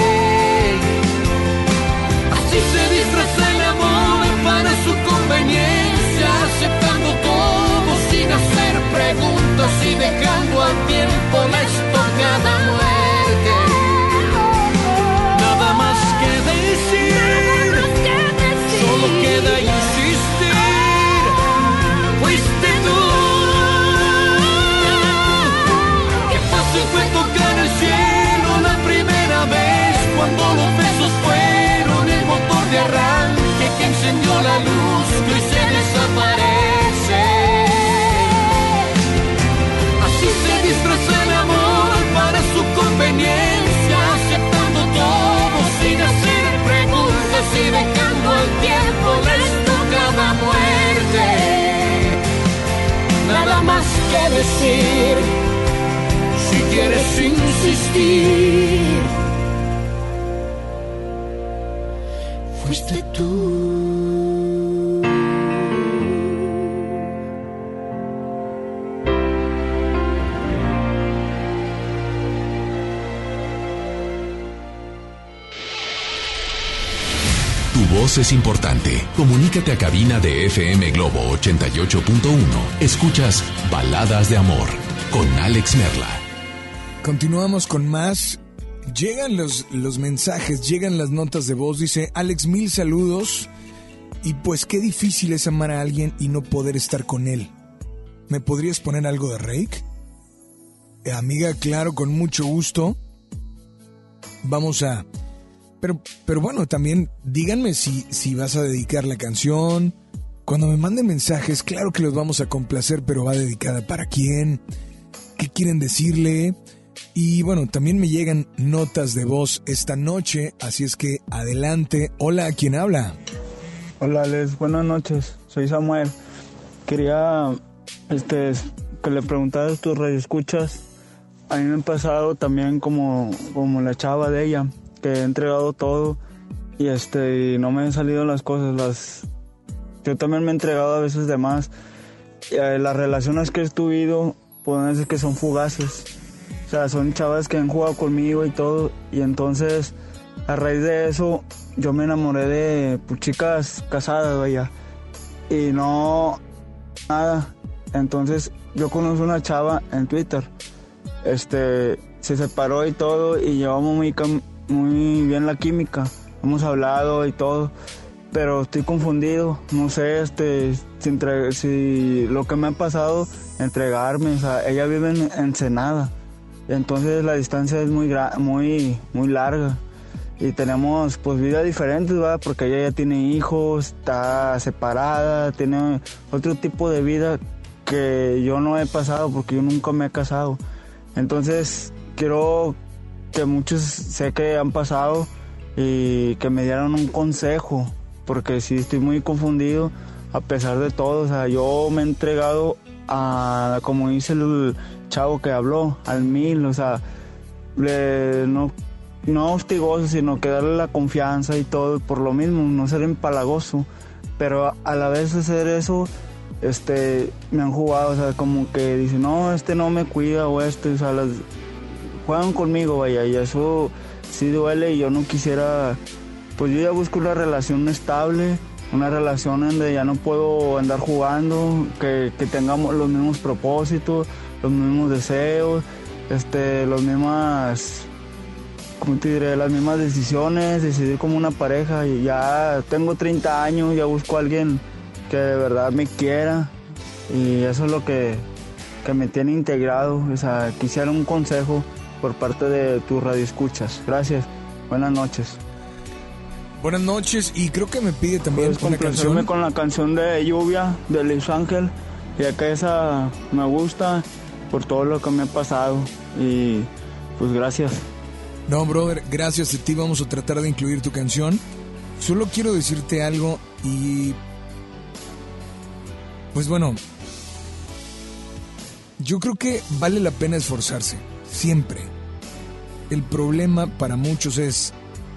[SPEAKER 3] Así se disfraza el amor para su conveniencia, aceptando todo sin hacer preguntas y dejando al tiempo la estocada muerte. Nada más que decir, solo queda insistir, fuiste tú. Qué fácil fue tocar el cielo la primera vez, cuando los besos fueron el motor de arranque que encendió la luz que hoy se desaparece. Así se disfraza el amor para su conveniencia, aceptando todo sin hacer preguntas y dejando al tiempo la estocada muerte. Nada más que decir, si quieres insistir, fuiste tú.
[SPEAKER 1] Tu voz es importante. Comunícate a cabina de F M Globo ochenta y ocho punto uno. Escuchas Baladas de Amor con Alex Merla.
[SPEAKER 6] Continuamos con más. Llegan los, los mensajes, llegan las notas de voz. Dice Alex, mil saludos. Y pues qué difícil es amar a alguien y no poder estar con él. ¿Me podrías poner algo de Reik? Eh, amiga, claro, con mucho gusto. Vamos a... Pero, pero bueno, también díganme si, si vas a dedicar la canción. Cuando me manden mensajes, claro que los vamos a complacer, pero va dedicada para quién, qué quieren decirle. Y bueno, también me llegan notas de voz esta noche, así es que adelante. Hola, ¿quién habla?
[SPEAKER 5] Hola, Alex, buenas noches, soy Samuel. Quería este, que le preguntaras a tus radioescuchas. A mí me ha pasado también como, como la chava de ella, que he entregado todo y este y no me han salido las cosas. Las yo también me he entregado a veces de más. Y, eh, las relaciones que he tenido, pueden decir que son fugaces. O sea, son chavas que han jugado conmigo y todo. Y entonces, a raíz de eso, yo me enamoré de pues, chicas casadas, vaya. Y no, nada. Entonces, yo conocí una chava en Twitter. Este, se separó y todo, y llevamos muy, muy bien la química. Hemos hablado y todo. Pero estoy confundido. No sé, este, si, entre, si lo que me ha pasado, entregarme. O sea, ella vive en Ensenada. Entonces la distancia es muy, muy, muy larga y tenemos pues vidas diferentes, ¿verdad? Porque ella ya tiene hijos, está separada, tiene otro tipo de vida que yo no he pasado porque yo nunca me he casado. Entonces quiero que muchos sé que han pasado y que me dieran un consejo, porque sí estoy muy confundido a pesar de todo. O sea, yo me he entregado a, como dice el chavo que habló, al mil, o sea, le, no, no hostigoso, sino que darle la confianza y todo, por lo mismo, no ser empalagoso, pero a, a la vez hacer eso, este, me han jugado, o sea, como que dicen, no, este no me cuida, o este, o sea, las, juegan conmigo, vaya, y eso sí duele, y yo no quisiera, pues yo ya busco una relación estable, una relación en donde ya no puedo andar jugando, que, que tengamos los mismos propósitos, los mismos deseos, este, las mismas, ¿cómo te diré? Las mismas decisiones, decidir como una pareja. Y ya tengo treinta años, ya busco a alguien que de verdad me quiera, y eso es lo que, que me tiene integrado. O sea, quisiera un consejo por parte de tus radioescuchas. Gracias, buenas noches.
[SPEAKER 6] Buenas noches, y creo que me pide también
[SPEAKER 5] Puedes
[SPEAKER 6] una canción.
[SPEAKER 5] con la canción de Lluvia de Luis Ángel, ya que esa me gusta por todo lo que me ha pasado, y pues gracias.
[SPEAKER 6] No, brother, gracias a ti. Vamos a tratar de incluir tu canción. Solo quiero decirte algo y pues bueno, yo creo que vale la pena esforzarse, siempre. El problema para muchos es,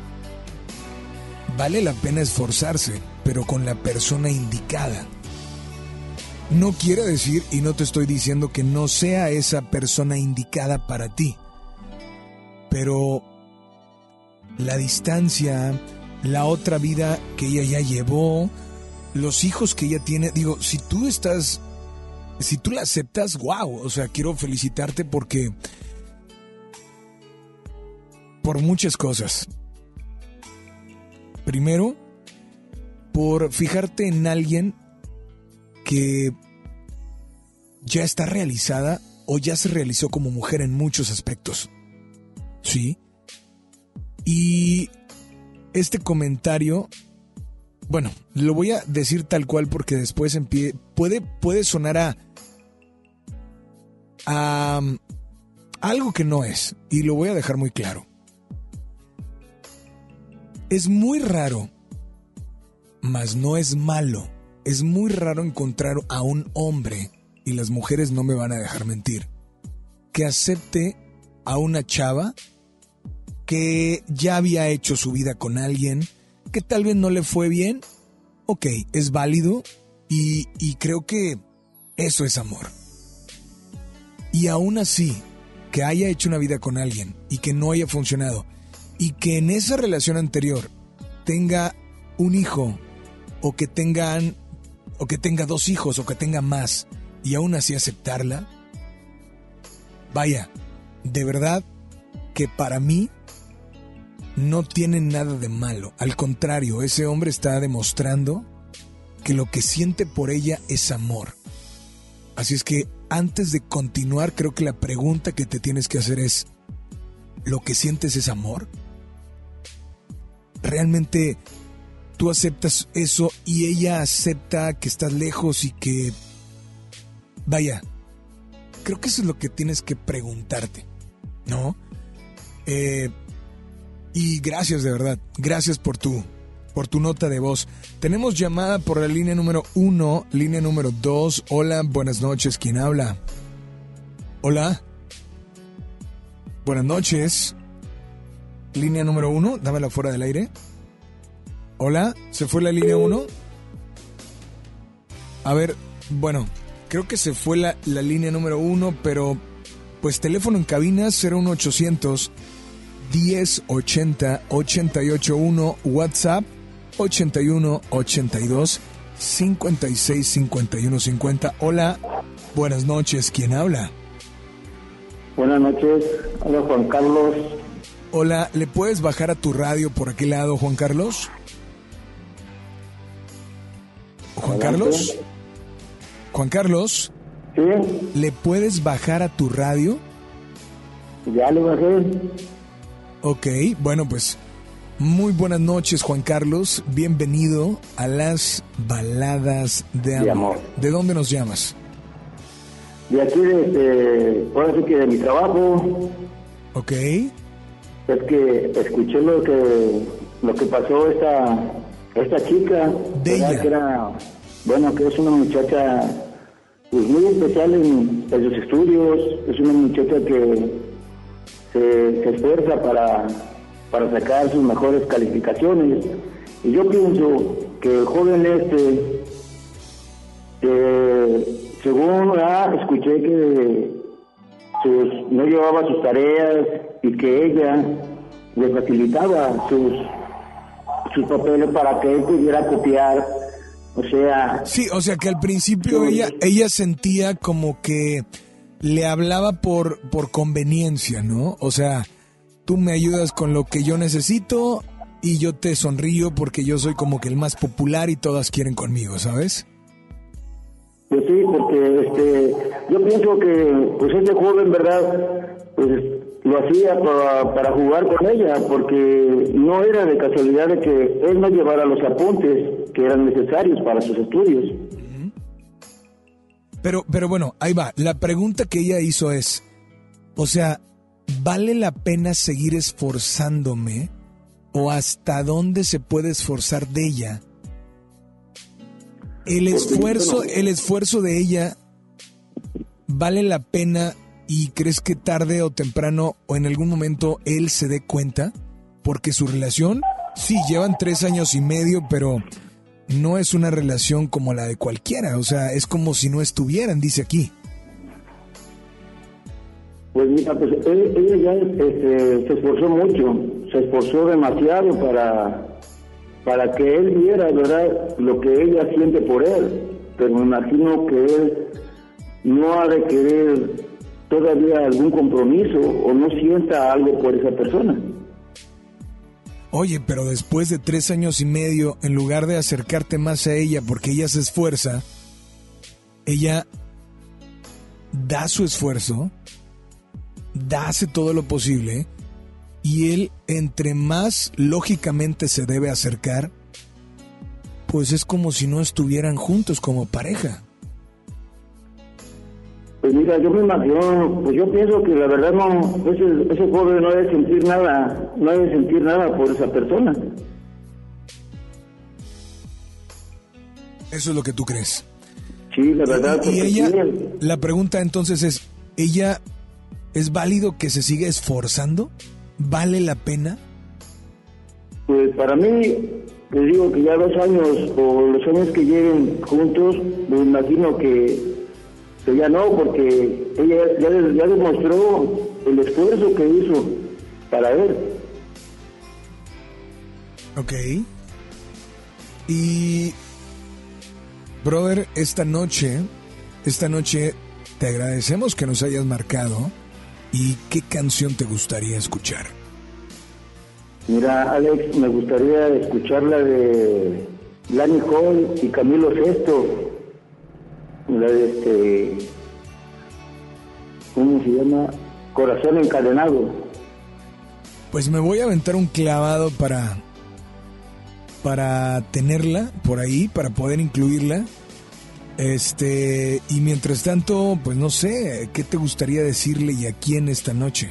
[SPEAKER 6] vale la pena esforzarse, pero con la persona indicada. No quiere decir, y no te estoy diciendo que no sea esa persona indicada para ti, pero la distancia, la otra vida que ella ya llevó, los hijos que ella tiene, digo, si tú estás, si tú la aceptas, wow, o sea, quiero felicitarte porque, por muchas cosas. Primero, por fijarte en alguien que ya está realizada o ya se realizó como mujer en muchos aspectos. ¿Sí? Y este comentario, bueno, lo voy a decir tal cual porque después empie- puede, puede sonar a, a algo que no es, y lo voy a dejar muy claro. Es muy raro, mas no es malo. Es muy raro encontrar a un hombre, y las mujeres no me van a dejar mentir, que acepte a una chava que ya había hecho su vida con alguien, que tal vez no le fue bien. Ok, es válido y, y creo que eso es amor. Y aún así, que haya hecho una vida con alguien y que no haya funcionado, y que en esa relación anterior tenga un hijo, o que tengan, o que tenga dos hijos, o que tenga más, y aún así aceptarla, vaya, de verdad que para mí no tiene nada de malo. Al contrario, ese hombre está demostrando que lo que siente por ella es amor. Así es que antes de continuar, creo que la pregunta que te tienes que hacer es, ¿lo que sientes es amor? ¿Realmente tú aceptas eso y ella acepta que estás lejos y que... Vaya, creo que eso es lo que tienes que preguntarte, ¿no? Eh, y gracias, de verdad, gracias por tu, por tu nota de voz. Tenemos llamada por la línea número uno, línea número dos. Hola, buenas noches, ¿quién habla? Hola. Buenas noches. Línea número uno, dámela fuera del aire. Hola, ¿se fue la línea uno? A ver, bueno, creo que se fue la, la línea número uno, pero pues teléfono en cabina cero uno ochocientos diez ochenta ochenta y ocho uno, WhatsApp ochenta y uno ochenta y dos cincuenta y seis cincuenta y uno cincuenta. Hola, buenas noches, ¿quién habla?
[SPEAKER 8] Buenas noches, hola Juan Carlos.
[SPEAKER 6] Hola, ¿le puedes bajar a tu radio por aquel lado, Juan Carlos? ¿Juan Carlos? Juan Carlos.
[SPEAKER 8] ¿Sí?
[SPEAKER 6] ¿Le puedes bajar a tu radio?
[SPEAKER 8] Ya le bajé.
[SPEAKER 6] Ok, bueno pues, muy buenas noches, Juan Carlos. Bienvenido a las Baladas de Amor. De, amor. ¿De dónde nos llamas?
[SPEAKER 8] De aquí, de, ahora sí que de mi trabajo.
[SPEAKER 6] Ok.
[SPEAKER 8] Es que escuché lo que lo que pasó esta esta chica.
[SPEAKER 6] De ella.
[SPEAKER 8] Que era, bueno, que es una muchacha pues muy especial en, en sus estudios. Es una muchacha que se, se esfuerza para, para sacar sus mejores calificaciones. Y yo pienso que el joven este, que según ah, escuché que sus, no llevaba sus tareas y que ella le facilitaba sus sus papeles para que él pudiera copiar, o sea...
[SPEAKER 6] Sí, o sea que al principio sí, ella ella sentía como que le hablaba por, por conveniencia, ¿no? O sea, tú me ayudas con lo que yo necesito y yo te sonrío porque yo soy como que el más popular y todas quieren conmigo, ¿sabes?
[SPEAKER 8] Pues sí, porque este, yo pienso que pues ese joven, ¿verdad? Pues lo hacía para, para jugar con ella, porque no era de casualidad de que él no llevara los apuntes que eran necesarios para sus estudios.
[SPEAKER 6] Pero, pero bueno, ahí va. La pregunta que ella hizo es, o sea, ¿vale la pena seguir esforzándome? ¿O hasta dónde se puede esforzar de ella? El esfuerzo, el esfuerzo de ella vale la pena y crees que tarde o temprano o en algún momento él se dé cuenta, porque su relación, sí, llevan tres años y medio, pero no es una relación como la de cualquiera, o sea, es como si no estuvieran, dice aquí.
[SPEAKER 8] Pues mira, pues ella ya este, se esforzó mucho, se esforzó demasiado para... para que él viera, ¿verdad?, lo que ella siente por él. Pero me imagino que él no ha de querer todavía algún compromiso o no sienta algo por esa persona.
[SPEAKER 6] Oye, pero después de tres años y medio, en lugar de acercarte más a ella porque ella se esfuerza, ella da su esfuerzo, da hace todo lo posible, y él, entre más lógicamente se debe acercar, pues es como si no estuvieran juntos como pareja.
[SPEAKER 8] Pues mira, yo me imagino, pues yo pienso que la verdad no, ese, ese joven no debe sentir nada, no debe sentir nada por esa persona.
[SPEAKER 6] Eso es lo que tú crees.
[SPEAKER 8] Sí, la verdad.
[SPEAKER 6] Y, y ella,
[SPEAKER 8] sí.
[SPEAKER 6] La pregunta entonces es, ¿ella es válido que se siga esforzando? ¿Vale la pena?
[SPEAKER 8] Pues para mí, les digo que ya dos años o los años que lleven juntos, me imagino que, que ya no, porque ella ya, ya demostró el esfuerzo que hizo para él.
[SPEAKER 6] Ok. Y, brother, esta noche, esta noche te agradecemos que nos hayas marcado. ¿Y qué canción te gustaría escuchar?
[SPEAKER 8] Mira, Alex, me gustaría escuchar la de Lani Hall y Camilo Sesto. La de este... ¿Cómo se llama? Corazón Encadenado.
[SPEAKER 6] Pues me voy a aventar un clavado para... para tenerla por ahí, para poder incluirla. Este, y mientras tanto, pues no sé, ¿qué te gustaría decirle y a quién esta noche?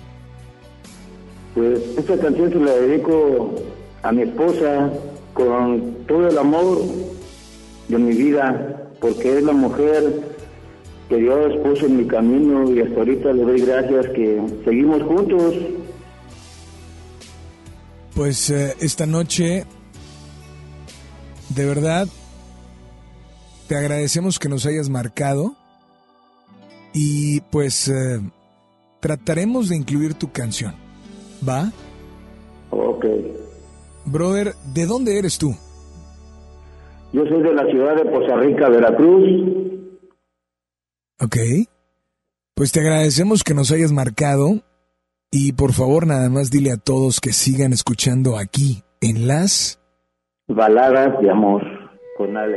[SPEAKER 8] Pues esta canción se la dedico a mi esposa con todo el amor de mi vida, porque es la mujer que Dios puso en mi camino y hasta ahorita le doy gracias que seguimos juntos.
[SPEAKER 6] pues eh, esta noche, de verdad, te agradecemos que nos hayas marcado y pues eh, trataremos de incluir tu canción, ¿va?
[SPEAKER 8] Ok.
[SPEAKER 6] Brother, ¿de dónde eres tú?
[SPEAKER 8] Yo soy de la ciudad de Poza Rica, Veracruz.
[SPEAKER 6] Ok. Pues te agradecemos que nos hayas marcado y por favor nada más dile a todos que sigan escuchando aquí en las
[SPEAKER 8] Baladas de Amor con Alex.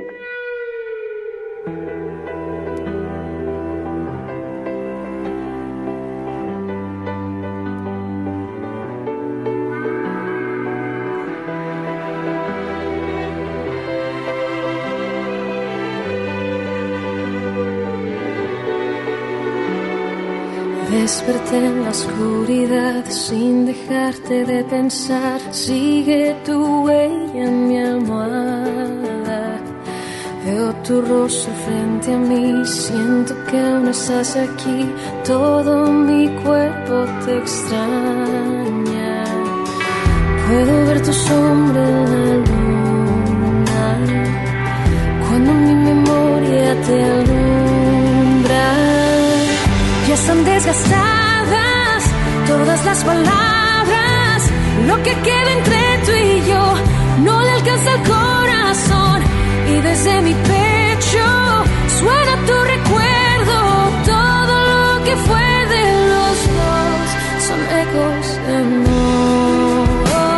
[SPEAKER 2] Desperté en la oscuridad sin dejarte de pensar. Sigue tu huella en mi almohada. Veo tu rostro frente a mí. Siento que aún estás aquí. Todo mi cuerpo te extraña. Puedo ver tu sombra en la luna cuando mi memoria te alumbra. Ya están desgastadas todas las palabras. Lo que queda entre tú y yo no le alcanza el corazón. Y desde mi pecho suena tu recuerdo. Todo lo que fue de los dos son ecos de amor.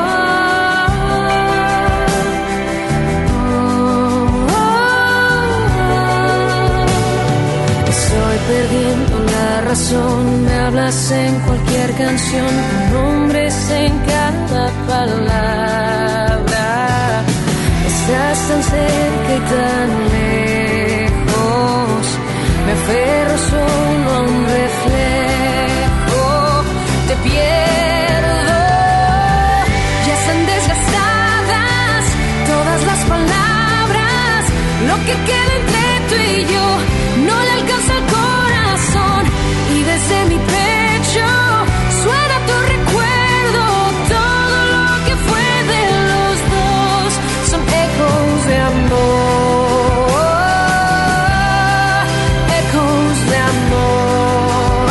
[SPEAKER 2] Estoy perdiendo la razón, me hablas en cualquier canción, tu nombre es en cada palabra. Estás tan cerca y tan lejos, me aferro solo a un reflejo, te pierdo. Ya están desgastadas todas las palabras, lo que queda entre tú y yo no le alcanza el corazón. Y desde mi pecho suena tu recuerdo. Todo lo que fue de los dos son ecos de amor. Ecos de amor.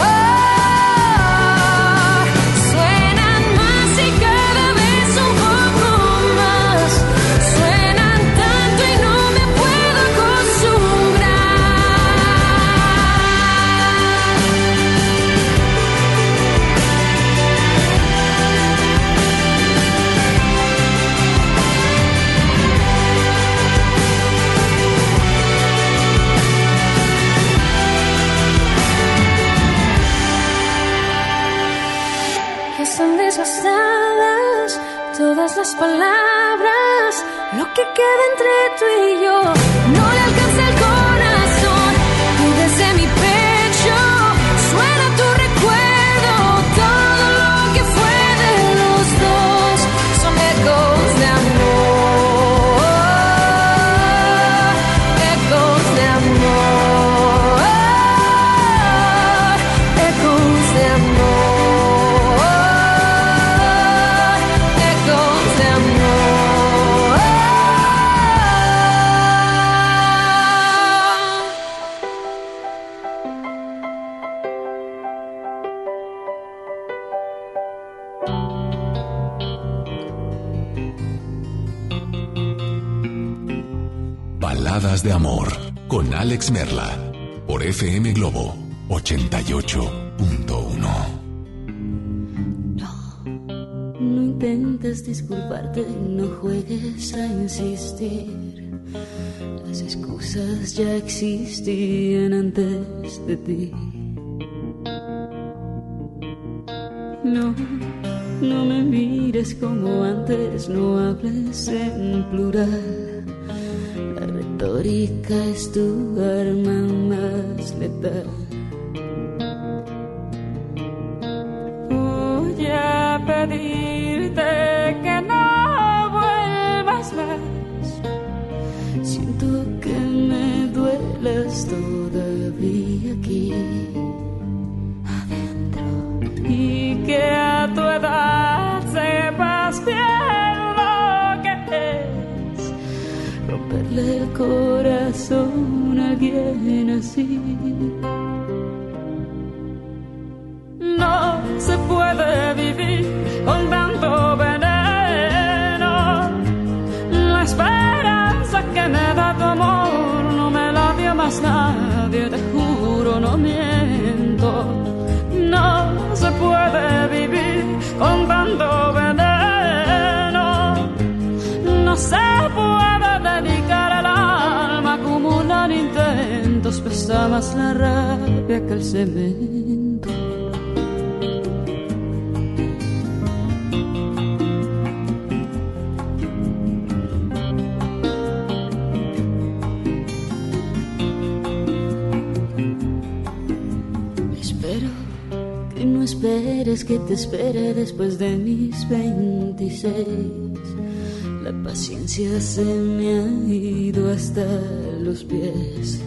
[SPEAKER 2] Suenan más y cada vez un poco más. Suenan tanto y no me puedo acostumbrar. Que están desgastadas todas las palabras. Lo que queda entre tú y yo no le alcanza el corazón. Y desde mi pecho suena tu recuerdo. Todo lo que fue de los dos son ecos de amor. Ecos de amor. Ecos de amor. Ecos de amor.
[SPEAKER 1] Baladas de Amor con Alex Merla por F M Globo ochenta y ocho punto uno.
[SPEAKER 9] No intentes disculparte, no juegues a insistir. Las excusas ya existían antes de ti. No, no me mires como antes, no hables en plural. La retórica es tu arma más letal.
[SPEAKER 10] Voy a pedirte que no vuelvas más.
[SPEAKER 9] Siento que me duelas todavía aquí adentro.
[SPEAKER 10] Y que a tu edad sepas bien
[SPEAKER 9] alguien así. No se puede vivir con tanto veneno. La esperanza que me da tu amor no me la dio más nadie, te juro, no miento. No se puede vivir con tanto veneno. No se puede dedicar el alma a acumular intentos, pesa más la rabia que el cemento. Esperes que te espere después de mis veintiséis. La paciencia se me ha ido hasta los pies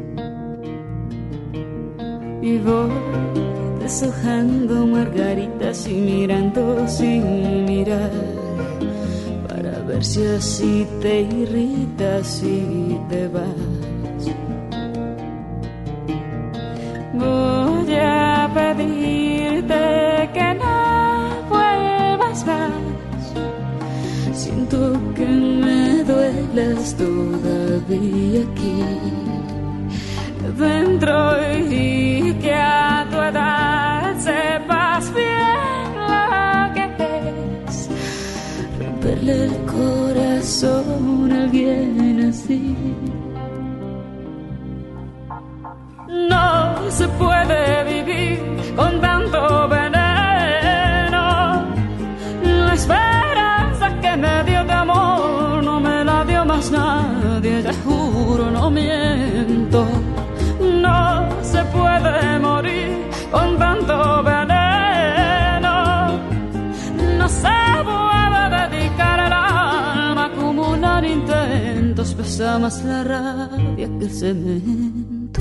[SPEAKER 9] y voy deshojando margaritas y mirando sin mirar, para ver si así te irritas y te vas. Voy a pedirte que no vuelvas más. Siento que me duelas todavía aquí dentro y que a tu edad sepas bien lo que es romperle el corazón a alguien así. No se puede vivir con tanto veneno. La esperanza que me dio de amor no me la dio más nadie, te juro, no miento. No se puede morir con tanto veneno. No se puede dedicar el alma a acumular intentos, pesa más la rabia que el cemento.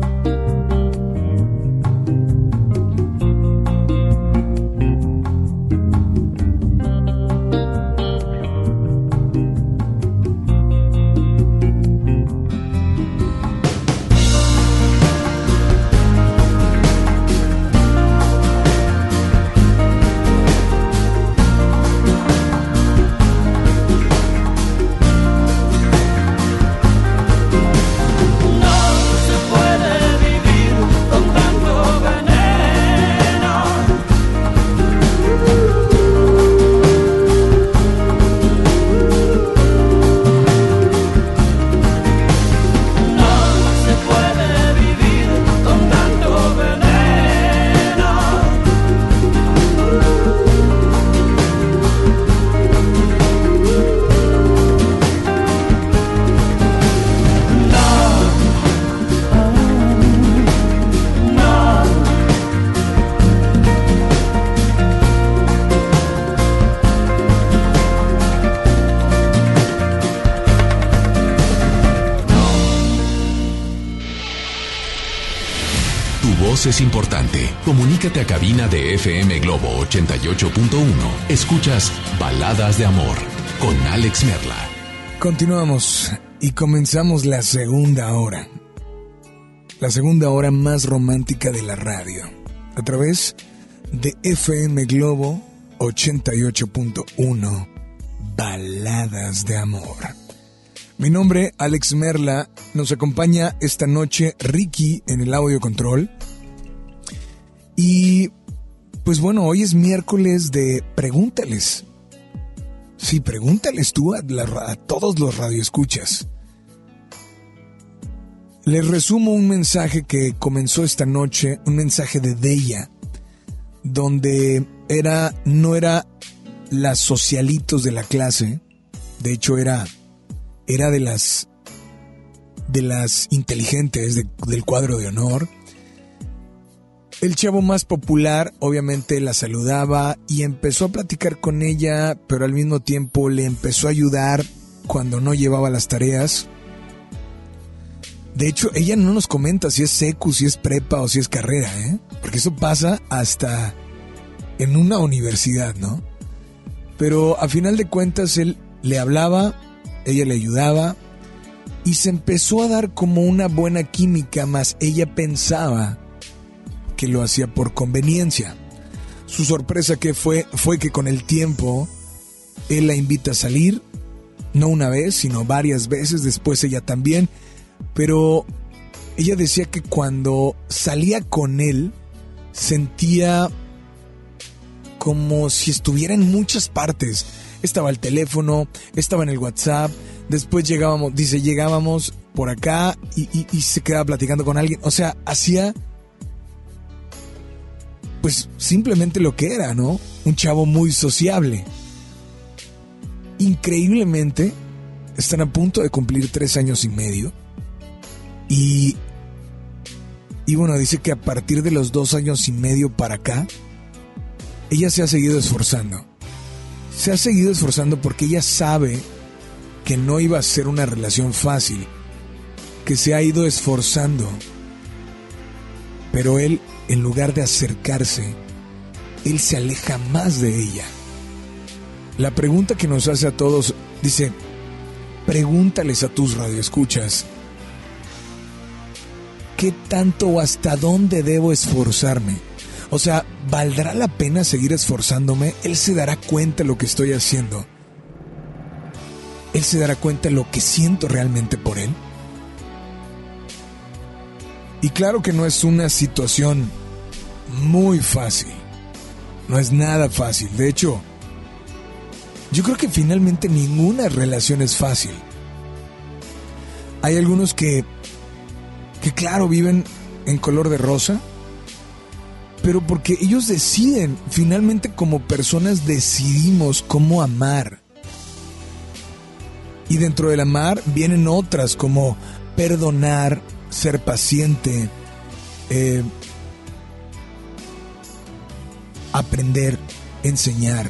[SPEAKER 1] Es importante. Comunícate a cabina de F M Globo ochenta y ocho punto uno. Escuchas Baladas de Amor con Alex Merla.
[SPEAKER 6] Continuamos y comenzamos la segunda hora. La segunda hora más romántica de la radio. A través de F M Globo ochenta y ocho punto uno. Baladas de Amor. Mi nombre, Alex Merla. Nos acompaña esta noche Ricky en el audio control. Y pues bueno, hoy es miércoles de pregúntales. Sí, pregúntales tú a, la, a todos los radioescuchas. Les resumo un mensaje que comenzó esta noche, un mensaje de Deya, donde era, no era las socialitos de la clase, de hecho era, era de las, de las inteligentes de, del cuadro de honor. El chavo más popular obviamente la saludaba y empezó a platicar con ella, pero al mismo tiempo le empezó a ayudar cuando no llevaba las tareas. De hecho, ella no nos comenta si es secu, si es prepa o si es carrera, ¿eh? Porque eso pasa hasta en una universidad, ¿no? Pero a final de cuentas él le hablaba, ella le ayudaba y se empezó a dar como una buena química, más ella pensaba que lo hacía por conveniencia. Su sorpresa que fue, fue que con el tiempo él la invita a salir, no una vez, sino varias veces, después ella también, pero ella decía que cuando salía con él sentía como si estuviera en muchas partes. Estaba el teléfono, estaba en el WhatsApp, después llegábamos, dice, llegábamos por acá y, y, y se quedaba platicando con alguien. O sea, hacía pues simplemente lo que era, ¿no? Un chavo muy sociable. Increíblemente, están a punto de cumplir tres años y medio. Y, y bueno, dice que a partir de los dos años y medio para acá, ella se ha seguido esforzando. Se ha seguido esforzando porque ella sabe que no iba a ser una relación fácil, que se ha ido esforzando. Pero él, en lugar de acercarse, él se aleja más de ella. La pregunta que nos hace a todos, dice, pregúntales a tus radioescuchas, ¿qué tanto o hasta dónde debo esforzarme? O sea, ¿valdrá la pena seguir esforzándome? Él se dará cuenta de lo que estoy haciendo. Él se dará cuenta de lo que siento realmente por él. Y claro que no es una situación muy fácil. No es nada fácil. De hecho, yo creo que finalmente ninguna relación es fácil. Hay algunos que, que claro, viven en color de rosa, pero porque ellos deciden, finalmente como personas decidimos cómo amar. Y dentro del amar vienen otras como perdonar, ser paciente, eh, aprender, enseñar.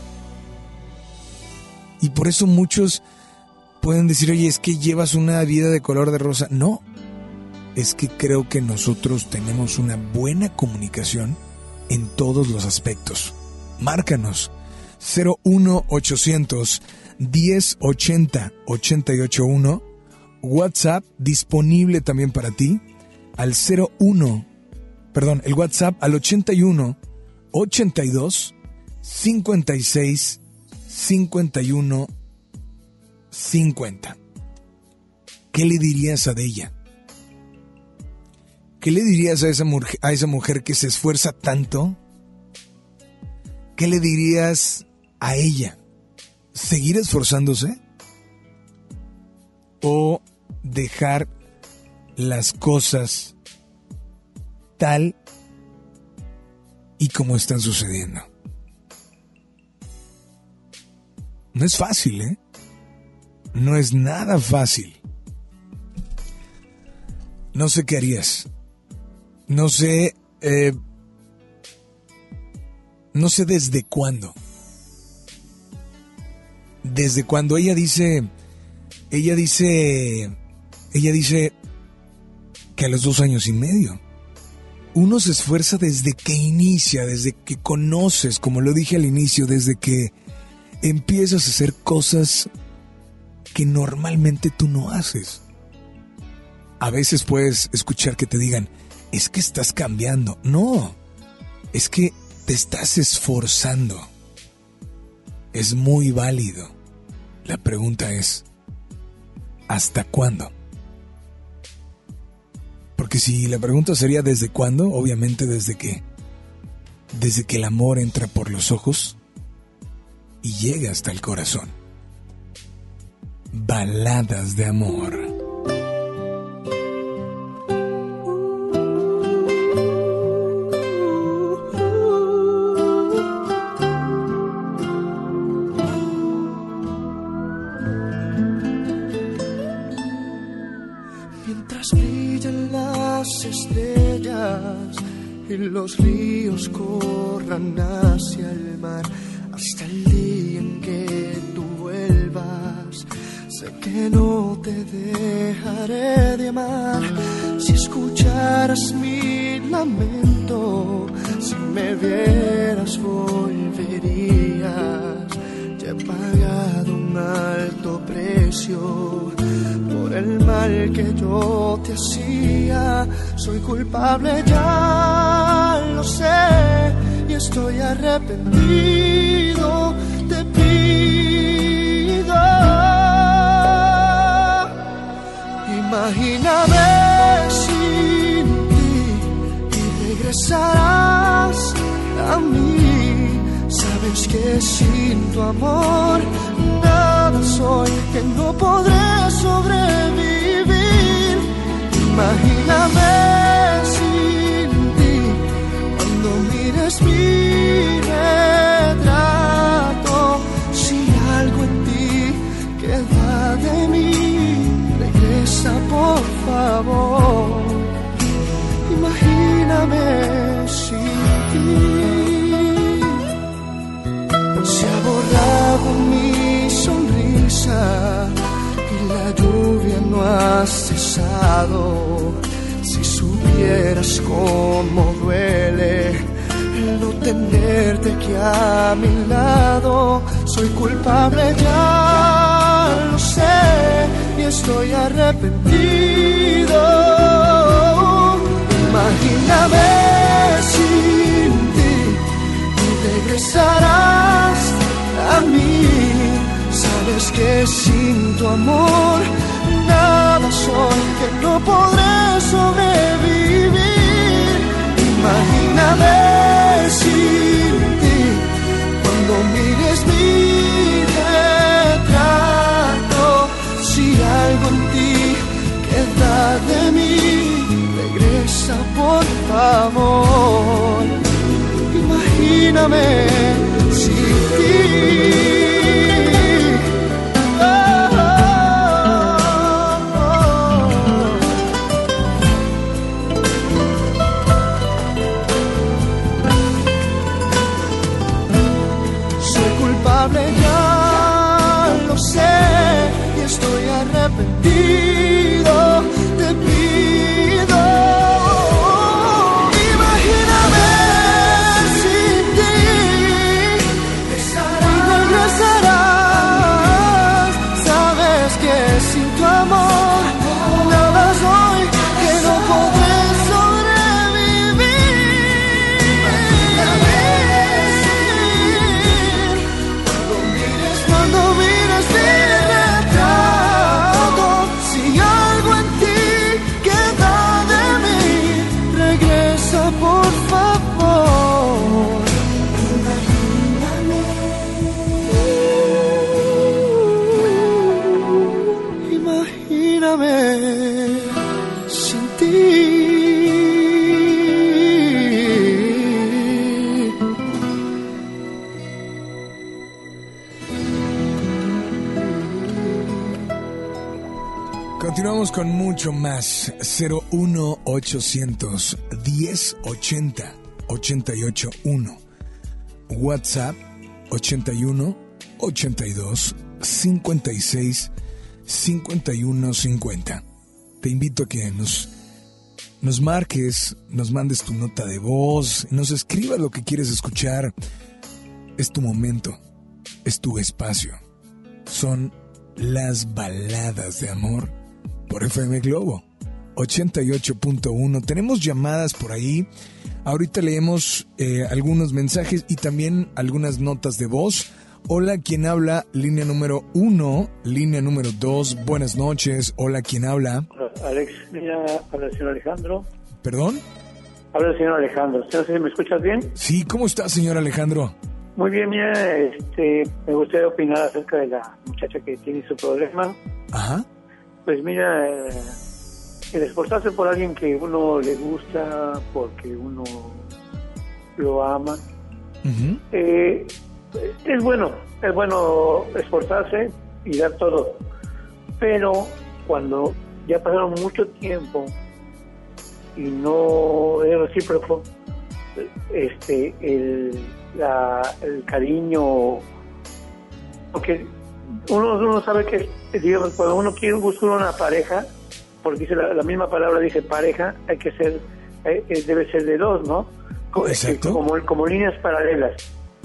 [SPEAKER 6] Y por eso muchos pueden decir, oye, es que llevas una vida de color de rosa. No, es que creo que nosotros tenemos una buena comunicación en todos los aspectos. Márcanos cero uno ochocientos diez ochenta ochenta y ocho uno. WhatsApp disponible también para ti al cero uno, perdón, el WhatsApp al ochenta y uno ochenta y dos cincuenta y seis cincuenta y uno cincuenta. ¿Qué le dirías a ella? ¿Qué le dirías a esa mujer, a esa mujer que se esfuerza tanto? ¿Qué le dirías a ella? ¿Seguir esforzándose? ¿O dejar las cosas tal y como están sucediendo? No es fácil, ¿eh? No es nada fácil. No sé qué harías. No sé, eh, no sé desde cuándo. Desde cuando ella dice, ella dice, ella dice que a los dos años y medio. Uno se esfuerza desde que inicia, desde que conoces, como lo dije al inicio, desde que empiezas a hacer cosas que normalmente tú no haces. A veces puedes escuchar que te digan, es que estás cambiando. No, es que te estás esforzando. Es muy válido. La pregunta es, ¿hasta cuándo? Porque si la pregunta sería ¿desde cuándo? Obviamente desde que, desde que el amor entra por los ojos y llega hasta el corazón. Baladas de amor.
[SPEAKER 4] Y los ríos corran hacia el mar hasta el día en que tú vuelvas. Sé que no te dejaré de amar. Si escucharas mi lamento, si me vieras volverías. Ya he pagado un alto precio por el mal que yo te hacía. Soy culpable, ya lo sé, y estoy arrepentido. Te pido, imagíname sin ti y regresarás a mí. Sabes que sin tu amor nada soy, que no podré sobrevivir. Imagíname sin ti cuando mires mi retrato. Si algo en ti queda de mí, regresa por favor. Imagíname sin ti. Se ha borrado mi sonrisa y la lluvia no ha cesado. Si supieras cómo duele el no tenerte aquí a mi lado. Soy culpable, ya lo sé, y estoy arrepentido. Imagíname sin ti y regresarás a mí. Sabes que sin tu amor nada soy, que no podré sobrevivir. Imagíname sin ti cuando mires mi retrato. Si algo en ti queda de mí, regresa por favor. Imagíname sin ti. Ya lo sé y estoy arrepentido. Te pido, imagíname sin ti y regresarás. Sabes que sin tu amor nada soy, que no podré sin ti.
[SPEAKER 6] Continuamos con mucho más. Cero uno ochocientos diez ochenta ochenta y ocho uno. WhatsApp ochenta y uno ochenta y dos cincuenta y seis cincuenta y uno cincuenta. Te invito a que nos, nos marques, nos mandes tu nota de voz, nos escribas lo que quieres escuchar. Es tu momento, es tu espacio. Son las baladas de amor por F M Globo ochenta y ocho punto uno. Tenemos llamadas por ahí. Ahorita leemos eh, algunos mensajes y también algunas notas de voz. Hola, ¿quién habla? Línea número uno, línea número dos. Buenas noches. Hola, ¿quién habla?
[SPEAKER 13] Alex, mira, habla el señor Alejandro.
[SPEAKER 6] ¿Perdón?
[SPEAKER 13] Habla el señor Alejandro. No sé si me escuchas bien.
[SPEAKER 6] Sí, ¿cómo está, señor Alejandro?
[SPEAKER 13] Muy bien, mira, este, me gustaría opinar acerca de la muchacha que tiene su problema.
[SPEAKER 6] Ajá.
[SPEAKER 13] Pues mira, eh, el esforzarse por alguien que uno le gusta, porque uno lo ama, uh-huh. eh, es bueno, es bueno esforzarse y dar todo. Pero cuando ya pasaron mucho tiempo y no es recíproco, este, el, la, el cariño, porque uno, uno sabe que, digamos, cuando uno quiere buscar una pareja, porque dice la, la misma palabra dice pareja, hay que ser, eh, debe ser de dos, ¿no?
[SPEAKER 6] Exacto.
[SPEAKER 13] Como, como líneas paralelas.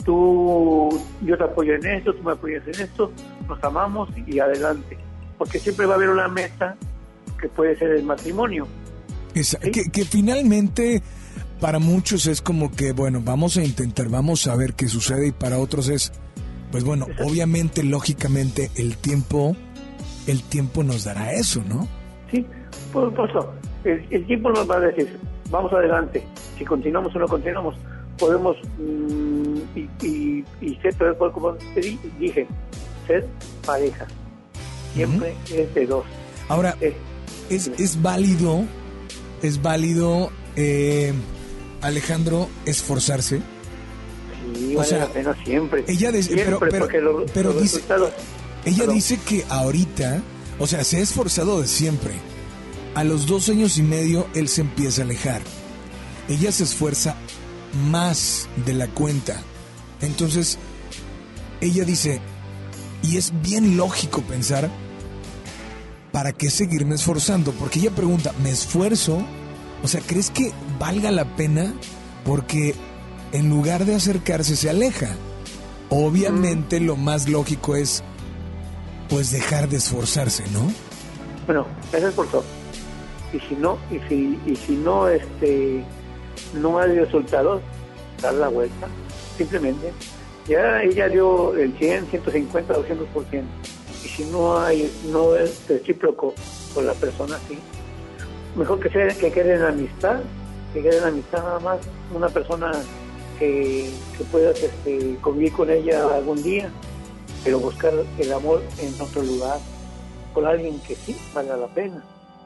[SPEAKER 13] tú, yo te apoyo en esto, tú me apoyas en esto, nos amamos y adelante. Porque siempre va a haber una meta que puede ser el matrimonio.
[SPEAKER 6] Esa, ¿sí? que, que finalmente para muchos es como que, bueno, vamos a intentar, vamos a ver qué sucede, y para otros es, pues bueno, Exacto. obviamente, lógicamente, el tiempo, el tiempo nos dará eso, ¿no?
[SPEAKER 13] Sí, por supuesto. El, el tiempo nos va a decir, vamos adelante, si continuamos o no continuamos, podemos, mmm, y, y, y ser, como te dije, ser pareja. Siempre uh-huh. es de dos.
[SPEAKER 6] Ahora, es, es, es válido, es válido, eh, Alejandro, esforzarse.
[SPEAKER 13] Sí,
[SPEAKER 6] o
[SPEAKER 13] vale
[SPEAKER 6] sea,
[SPEAKER 13] la pena siempre.
[SPEAKER 6] Ella dice,
[SPEAKER 13] siempre,
[SPEAKER 6] pero, pero,
[SPEAKER 13] lo,
[SPEAKER 6] pero dice,
[SPEAKER 13] resultados...
[SPEAKER 6] ella
[SPEAKER 13] Perdón.
[SPEAKER 6] dice que ahorita, o sea, se ha esforzado de siempre. A los dos años y medio él se empieza a alejar. Ella se esfuerza más de la cuenta. Entonces, ella dice, y es bien lógico pensar, ¿para qué seguirme esforzando? Porque ella pregunta, ¿me esfuerzo? O sea, ¿crees que valga la pena? Porque en lugar de acercarse se aleja. Obviamente mm. lo más lógico es, pues, dejar de esforzarse, ¿no?
[SPEAKER 13] Bueno, se esforzó. Y si no, y si, y si no, este, no hay resultados, dar la vuelta, simplemente. Ya ella dio el cien, ciento cincuenta, doscientos por ciento. Y si no hay, no es recíproco con la persona, sí. Mejor que sea, que quede en amistad, que quede en amistad nada más, una persona que, que puedas este, convivir con ella algún día, pero buscar el amor en otro lugar, con alguien que sí valga la pena.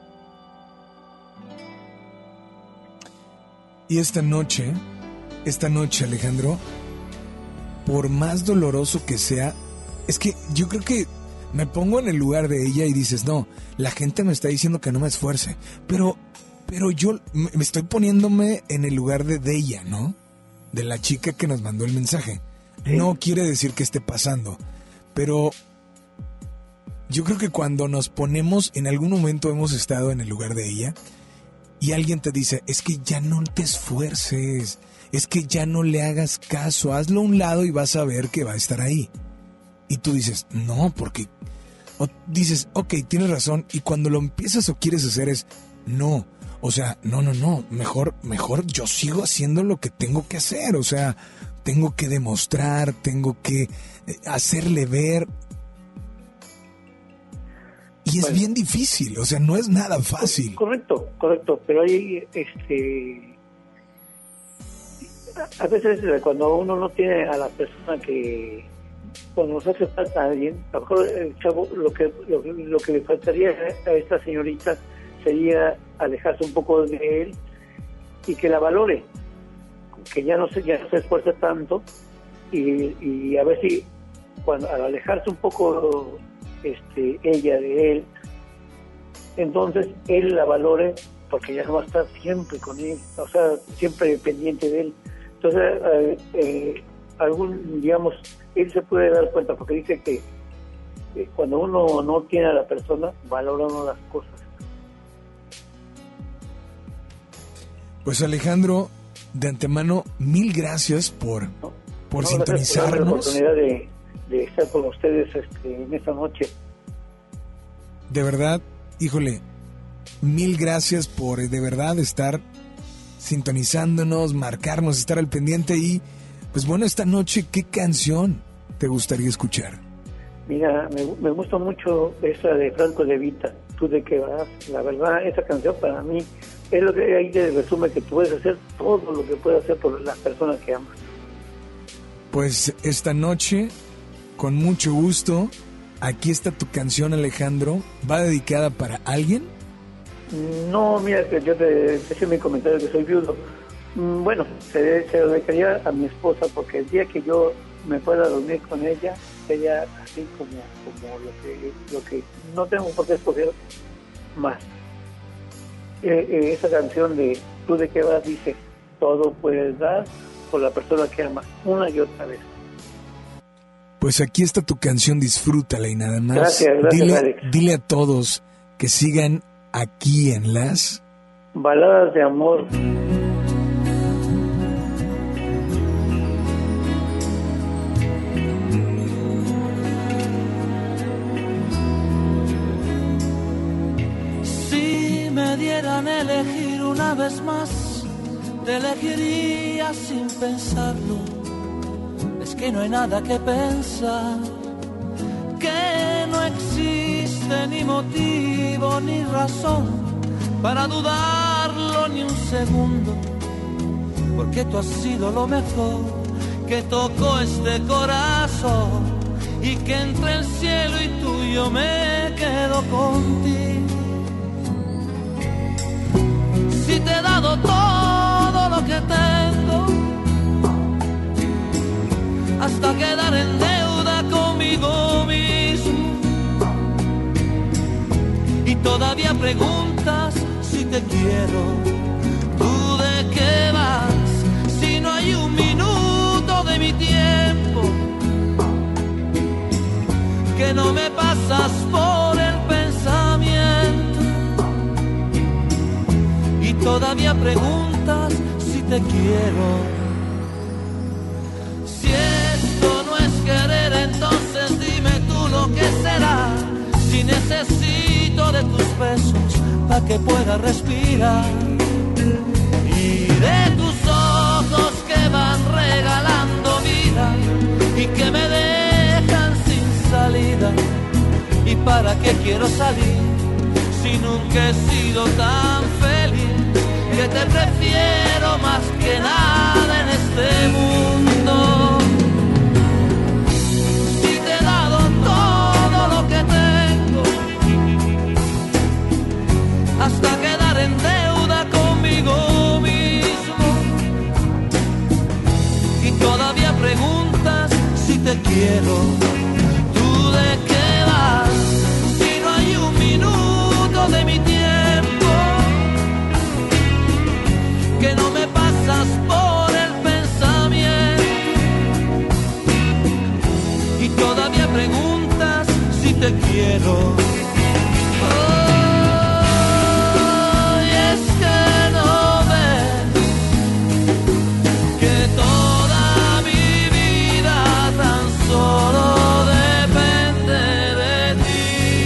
[SPEAKER 6] Y esta noche, esta noche, Alejandro, por más doloroso que sea, es que yo creo que me pongo en el lugar de ella y dices, no, la gente me está diciendo que no me esfuerce, pero, pero yo me estoy poniéndome en el lugar de, de ella, ¿no? De la chica que nos mandó el mensaje. Sí. No quiere decir que esté pasando, pero yo creo que cuando nos ponemos, en algún momento hemos estado en el lugar de ella, y alguien te dice, es que ya no te esfuerces, es que ya no le hagas caso, hazlo a un lado y vas a ver que va a estar ahí. Y tú dices, no, porque... O dices, ok, tienes razón, y cuando lo empiezas o quieres hacer es, no, o sea, no, no, no, mejor, mejor yo sigo haciendo lo que tengo que hacer, o sea, tengo que demostrar, tengo que hacerle ver... Y es bueno, bien difícil, o sea, no es nada fácil.
[SPEAKER 13] Correcto, correcto, pero hay, este, a veces cuando uno no tiene a la persona que, cuando nos hace falta a alguien, a lo mejor el chavo, lo que, lo, lo que le faltaría a esta señorita sería alejarse un poco de él y que la valore, que ya no se, ya no se esfuerce tanto y, y a ver si, cuando al alejarse un poco Este, ella de él, entonces él la valore porque ya no va a estar siempre con él, o sea, siempre pendiente de él. Entonces, eh, eh, algún, digamos, él se puede dar cuenta porque dice que eh, cuando uno no tiene a la persona, valora uno las cosas.
[SPEAKER 6] Pues Alejandro, de antemano, mil gracias por, no, por
[SPEAKER 13] no,
[SPEAKER 6] sintonizarnos.
[SPEAKER 13] Por la oportunidad de de estar con ustedes este, en esta noche.
[SPEAKER 6] De verdad, híjole, mil gracias por de verdad estar sintonizándonos, marcarnos, estar al pendiente y pues bueno, esta noche, ¿qué canción te gustaría escuchar?
[SPEAKER 13] Mira, me, me gusta mucho esa de Franco De Vita, Tú de qué vas. La verdad, esa canción para mí es lo que ahí te resume que tú puedes hacer todo lo que puedes hacer por las personas que amas.
[SPEAKER 6] Pues esta noche, con mucho gusto, aquí está tu canción, Alejandro. ¿Va dedicada para alguien?
[SPEAKER 13] No, mira, yo te decía en mi comentario que soy viudo. Bueno, se, se lo dedicaría a mi esposa porque el día que yo me pueda dormir con ella sería así como, como lo que lo que no tengo por qué escoger más. Eh, eh, esa canción de Tú de qué vas dice, todo puedes dar por la persona que amas, una y otra vez.
[SPEAKER 6] Pues aquí está tu canción, disfrútala y nada más.
[SPEAKER 13] Gracias, gracias,
[SPEAKER 6] dile,
[SPEAKER 13] Alex.
[SPEAKER 6] Dile a todos que sigan aquí en las
[SPEAKER 13] Baladas de Amor.
[SPEAKER 12] una vez más te elegiría sin pensarlo. Es que no hay nada que pensar, que no existe ni motivo ni razón para dudarlo ni un segundo, porque tú has sido lo mejor que tocó este corazón, y que entre el cielo y tú yo me quedo contigo. Si te he dado todo lo que tengo, hasta quedar en deuda conmigo mismo, y todavía preguntas si te quiero, ¿tú de qué vas? Si no hay un minuto de mi tiempo que no me pasas por el pensamiento, y todavía preguntas si te quiero. Si esto no es querer, entonces dime tú lo que será. Si necesito de tus besos para que pueda respirar, y de tus ojos que van regalando vida y que me dejan sin salida. ¿Y para qué quiero salir si nunca he sido tan feliz? Que te prefiero más que nada en este mundo. Si te he dado todo lo que tengo, hasta quedar en deuda conmigo mismo, y todavía preguntas si te quiero, ¿tú de qué vas? Si no hay un minuto de mi tiempo que no me pasas por el pensamiento, y todavía preguntas si te quiero. Oh, y es que no ves que toda mi vida tan solo depende de ti.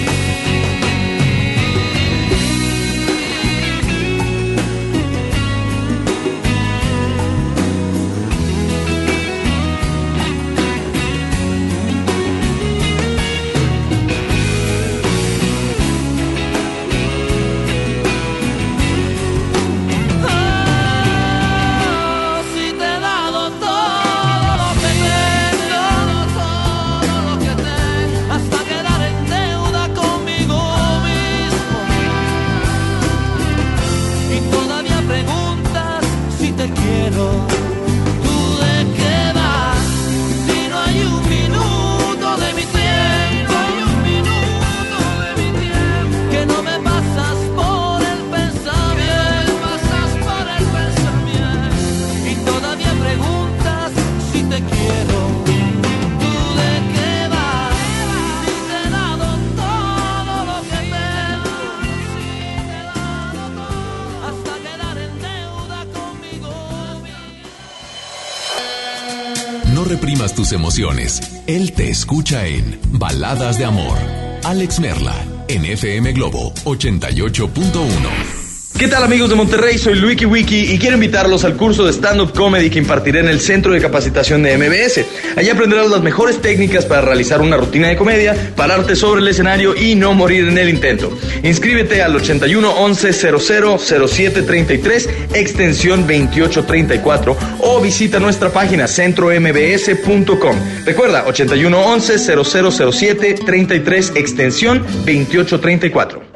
[SPEAKER 1] No reprimas tus emociones. Él te escucha en Baladas de Amor. Alex Merla, en F M Globo ochenta y ocho punto uno.
[SPEAKER 14] ¿Qué tal, amigos de Monterrey? Soy Luiki Wiki y quiero invitarlos al curso de stand-up comedy que impartiré en el Centro de Capacitación de M B S. Allí aprenderás las mejores técnicas para realizar una rutina de comedia, pararte sobre el escenario y no morir en el intento. Inscríbete al ochenta y uno once cero cero cero siete treinta y tres, extensión veintiocho treinta y cuatro, o visita nuestra página centro m b s punto com. Recuerda, ochenta y uno once cero cero cero siete treinta y tres, extensión veintiocho treinta y cuatro.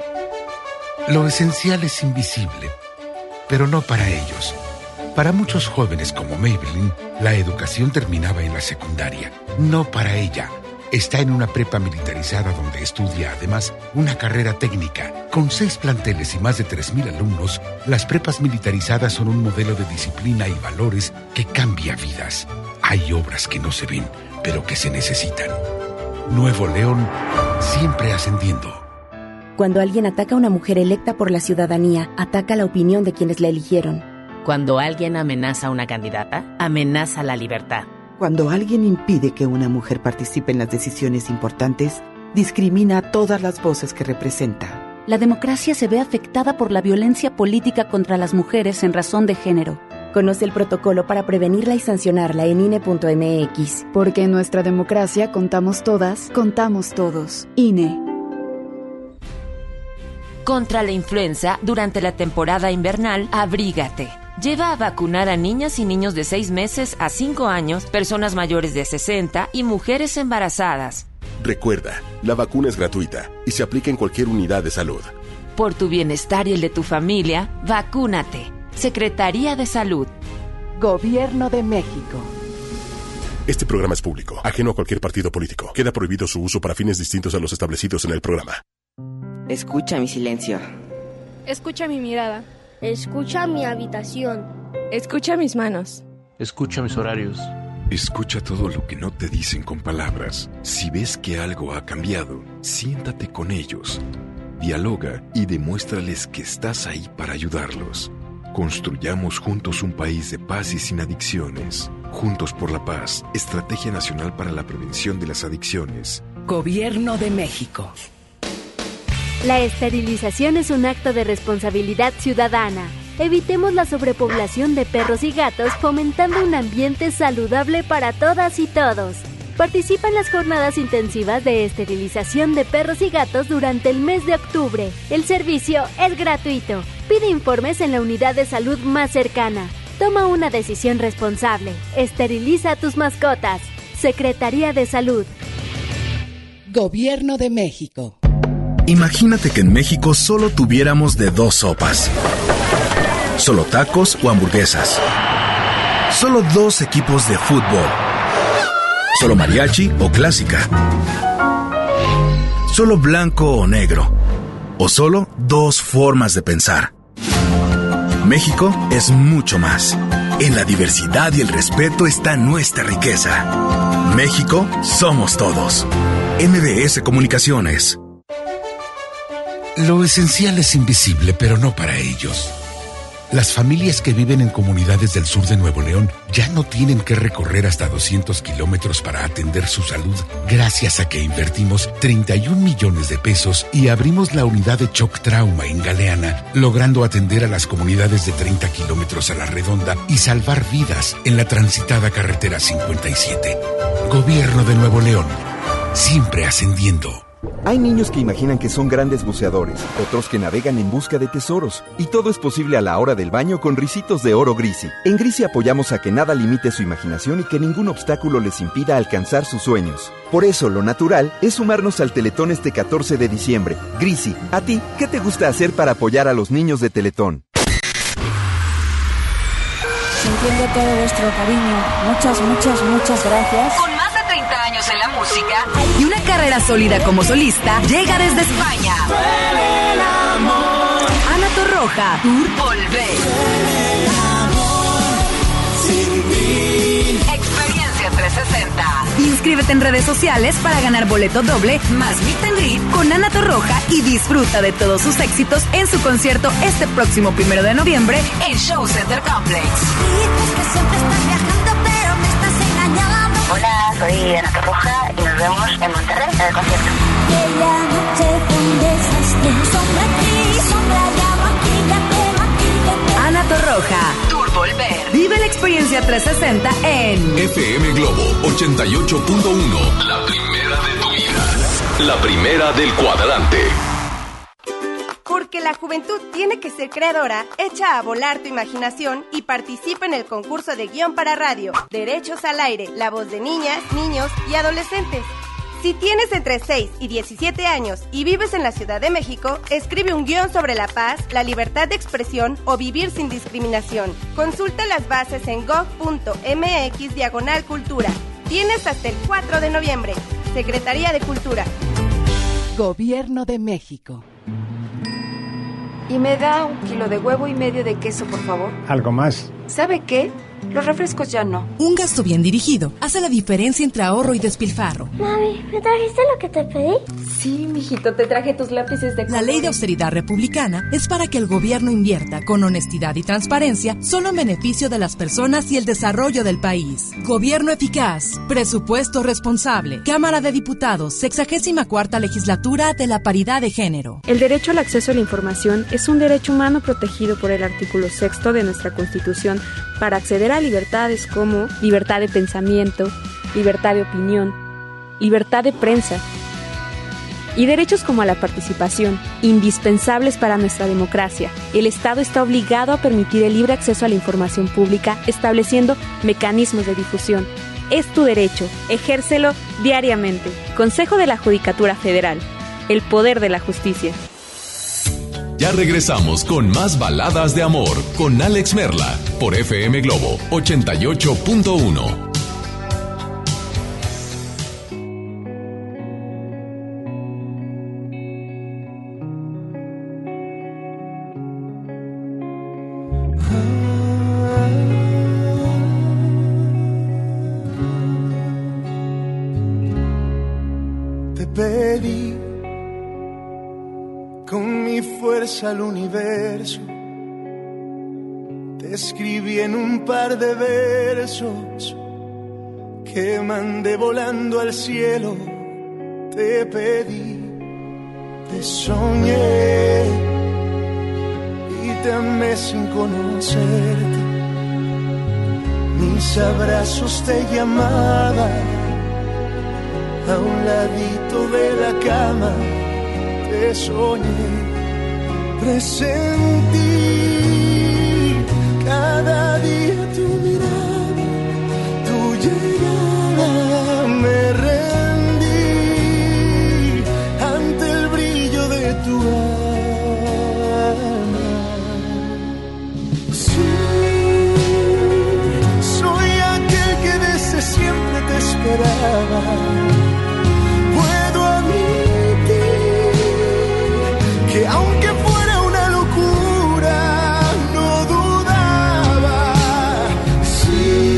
[SPEAKER 15] Lo esencial es invisible, pero no para ellos. Para muchos jóvenes como Maybelline, la educación terminaba en la secundaria. No para ella. Está en una prepa militarizada donde estudia además una carrera técnica. Con seis planteles y más de tres mil alumnos, las prepas militarizadas son un modelo de disciplina y valores que cambia vidas. Hay obras que no se ven, pero que se necesitan. Nuevo León, siempre ascendiendo.
[SPEAKER 16] Cuando alguien ataca a una mujer electa por la ciudadanía, ataca la opinión de quienes la eligieron.
[SPEAKER 18] Cuando alguien amenaza a una candidata, amenaza la libertad.
[SPEAKER 19] Cuando alguien impide que una mujer participe en las decisiones importantes, discrimina a todas las voces que representa.
[SPEAKER 11] la democracia se ve afectada por la violencia política contra las mujeres en razón de género.
[SPEAKER 16] Conoce el protocolo para prevenirla y sancionarla en I N E punto M X.
[SPEAKER 20] Porque en nuestra democracia contamos todas, contamos todos. I N E.
[SPEAKER 21] Contra la influenza, durante la temporada invernal, abrígate. Lleva a vacunar a niñas y niños de seis meses a cinco años, personas mayores de sesenta y mujeres embarazadas.
[SPEAKER 22] Recuerda, la vacuna es gratuita y se aplica en cualquier unidad de salud.
[SPEAKER 21] Por tu bienestar y el de tu familia, vacúnate. Secretaría de Salud.
[SPEAKER 26] Gobierno de México.
[SPEAKER 22] Este programa es público, ajeno a cualquier partido político. Queda prohibido su uso para fines distintos a los establecidos en el programa.
[SPEAKER 23] Escucha mi silencio.
[SPEAKER 24] Escucha mi mirada.
[SPEAKER 27] Escucha mi habitación.
[SPEAKER 24] Escucha mis manos.
[SPEAKER 28] Escucha mis horarios.
[SPEAKER 25] Escucha todo lo que no te dicen con palabras. Si ves que algo ha cambiado, siéntate con ellos. Dialoga y demuéstrales que estás ahí para ayudarlos. Construyamos juntos un país de paz y sin adicciones. Juntos por la Paz, Estrategia Nacional para la Prevención de las Adicciones.
[SPEAKER 26] Gobierno de México.
[SPEAKER 29] La esterilización es un acto de responsabilidad ciudadana. Evitemos la sobrepoblación de perros y gatos fomentando un ambiente saludable para todas y todos. Participa en las jornadas intensivas de esterilización de perros y gatos durante el mes de octubre. El servicio es gratuito. Pide informes en la unidad de salud más cercana. Toma una decisión responsable. Esteriliza a tus mascotas. Secretaría de Salud.
[SPEAKER 26] Gobierno de México.
[SPEAKER 30] Imagínate que en México solo tuviéramos de dos sopas. Solo tacos o hamburguesas. Solo dos equipos de fútbol. Solo mariachi o clásica. Solo blanco o negro. O solo dos formas de pensar. México es mucho más. En la diversidad y el respeto está nuestra riqueza. México somos todos. M B S Comunicaciones.
[SPEAKER 15] Lo esencial es invisible, pero no para ellos. Las familias que viven en comunidades del sur de Nuevo León ya no tienen que recorrer hasta doscientos kilómetros para atender su salud gracias a que invertimos treinta y un millones de pesos y abrimos la unidad de Shock Trauma en Galeana, logrando atender a las comunidades de treinta kilómetros a la redonda y salvar vidas en la transitada carretera cincuenta y siete. Gobierno de Nuevo León, siempre ascendiendo.
[SPEAKER 31] Hay niños que imaginan que son grandes buceadores, otros que navegan en busca de tesoros, y todo es posible a la hora del baño con risitos de oro Grisi. En Grisi apoyamos a que nada limite su imaginación y que ningún obstáculo les impida alcanzar sus sueños. Por eso, lo natural es sumarnos al Teletón este catorce de diciembre. Grisi, ¿a ti qué te gusta hacer para apoyar a los niños de Teletón?
[SPEAKER 32] Sintiendo todo vuestro cariño, muchas, muchas, muchas gracias.
[SPEAKER 33] Con más de treinta años en la música
[SPEAKER 34] y una carrera sólida como solista, llega desde España Ana Torroja, Tour Volver.
[SPEAKER 33] Experiencia trescientos sesenta.
[SPEAKER 34] Inscríbete en redes sociales para ganar boleto doble más meet and greet con Ana Torroja y disfruta de todos sus éxitos en su concierto este próximo primero de noviembre
[SPEAKER 33] en Show Center Complex.
[SPEAKER 35] Hola, soy Ana Torroja y nos vemos en Monterrey en el concierto.
[SPEAKER 34] Ana Torroja,
[SPEAKER 33] Tour Volver.
[SPEAKER 34] Vive la experiencia trescientos sesenta en
[SPEAKER 1] F M Globo ochenta y ocho punto uno. La primera de tu vida. La primera del cuadrante.
[SPEAKER 36] Porque la juventud tiene que ser creadora, echa a volar tu imaginación y participa en el concurso de guión para radio, Derechos al Aire, la voz de niñas, niños y adolescentes. Si tienes entre seis y diecisiete años y vives en la Ciudad de México, escribe un guión sobre la paz, la libertad de expresión o vivir sin discriminación. Consulta las bases en gob punto mx diagonal cultura. Tienes hasta el cuatro de noviembre. Secretaría de Cultura.
[SPEAKER 26] Gobierno de México.
[SPEAKER 37] Y me da un kilo de huevo y medio de queso, por favor.
[SPEAKER 38] ¿Algo más?
[SPEAKER 37] ¿Sabe qué?
[SPEAKER 2] Los refrescos ya no.
[SPEAKER 3] Un gasto bien dirigido hace la diferencia entre ahorro y despilfarro.
[SPEAKER 27] Mami, ¿me trajiste lo que te pedí?
[SPEAKER 2] Sí, mijito, te traje tus lápices de colores.
[SPEAKER 3] La ley de austeridad republicana es para que el gobierno invierta con honestidad y transparencia solo en beneficio de las personas y el desarrollo del país. Gobierno eficaz, presupuesto responsable. Cámara de Diputados, sexagésima cuarta legislatura de la paridad de género.
[SPEAKER 24] El derecho al acceso a la información es un derecho humano protegido por el artículo sexto de nuestra Constitución para acceder a libertades como libertad de pensamiento, libertad de opinión, libertad de prensa y derechos como a la participación, indispensables para nuestra democracia. El Estado está obligado a permitir el libre acceso a la información pública, estableciendo mecanismos de difusión. Es tu derecho, ejércelo diariamente. Consejo de la Judicatura Federal, el poder de la justicia.
[SPEAKER 1] Ya regresamos con más Baladas de Amor con Alex Merla por F M Globo ochenta y ocho punto uno.
[SPEAKER 4] Te pedí con mi fuerza al universo, te escribí en un par de versos que mandé volando al cielo. Te pedí, te soñé y te amé sin conocerte. Mis abrazos te llamaban a un ladito de la cama. Te soñé, presentí cada día tu mirada, tu llegada. Me rendí ante el brillo de tu alma. Sí, soy aquel que desde siempre te esperaba. Que aunque fuera una locura, no dudaba. Sí,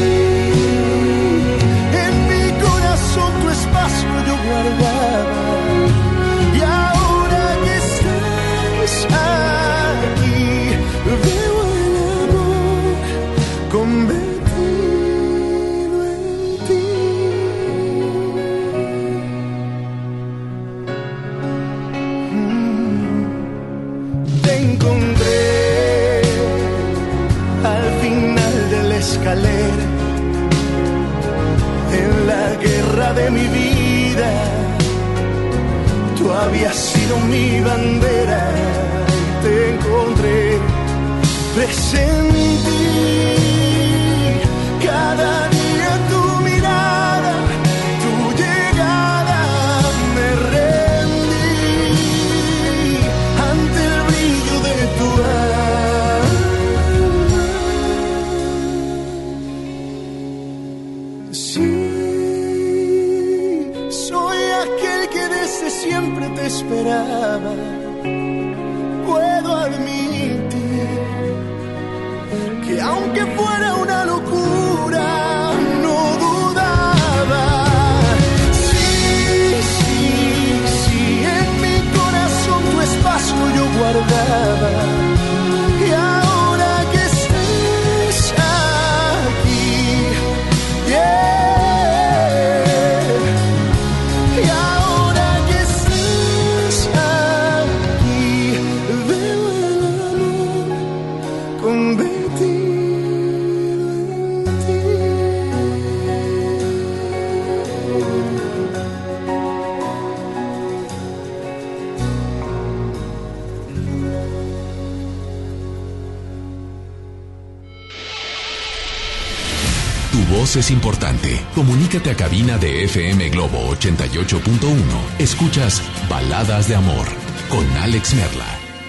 [SPEAKER 4] en mi corazón tu espacio yo guardaba. Y ahora que estás aquí, veo el amor convertido en ti. Encontré al final de la escalera, en la guerra de mi vida. Tú habías sido mi bandera y te encontré. Presentí cada día tu mirada, tu llegada. Me rendí ante el brillo de tu alma. Sí, soy aquel que desde siempre te esperaba. Puedo admitir que aunque fuera una locura, no dudaba. Sí, sí, sí, en mi corazón tu espacio yo guardaba. Y ahora que estés aquí, yeah, y ahora que estés aquí, veo el amor convertido en ti.
[SPEAKER 1] Tu voz es importante. Comunícate a cabina de F M Globo ochenta y ocho punto uno. Escuchas Baladas de Amor con Alex Merla.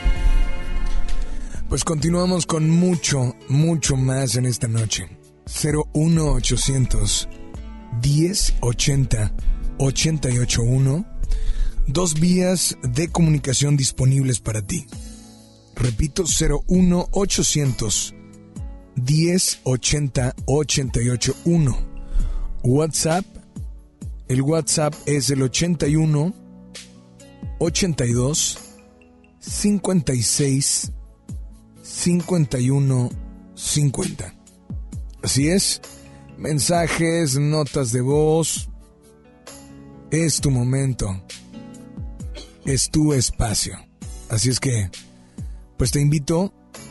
[SPEAKER 5] Pues continuamos con mucho, mucho más en esta noche. cero uno ochocientos diez ochenta ochenta y ocho uno. Dos vías de comunicación disponibles para ti. Repito, cero uno ochocientos diez ochenta ochenta y ocho uno. WhatsApp, el WhatsApp es el ochenta y uno ochenta y dos cincuenta y seis cincuenta y uno cincuenta. Así es, mensajes, notas de voz. Es tu momento, es tu espacio. Así es que, pues te invito,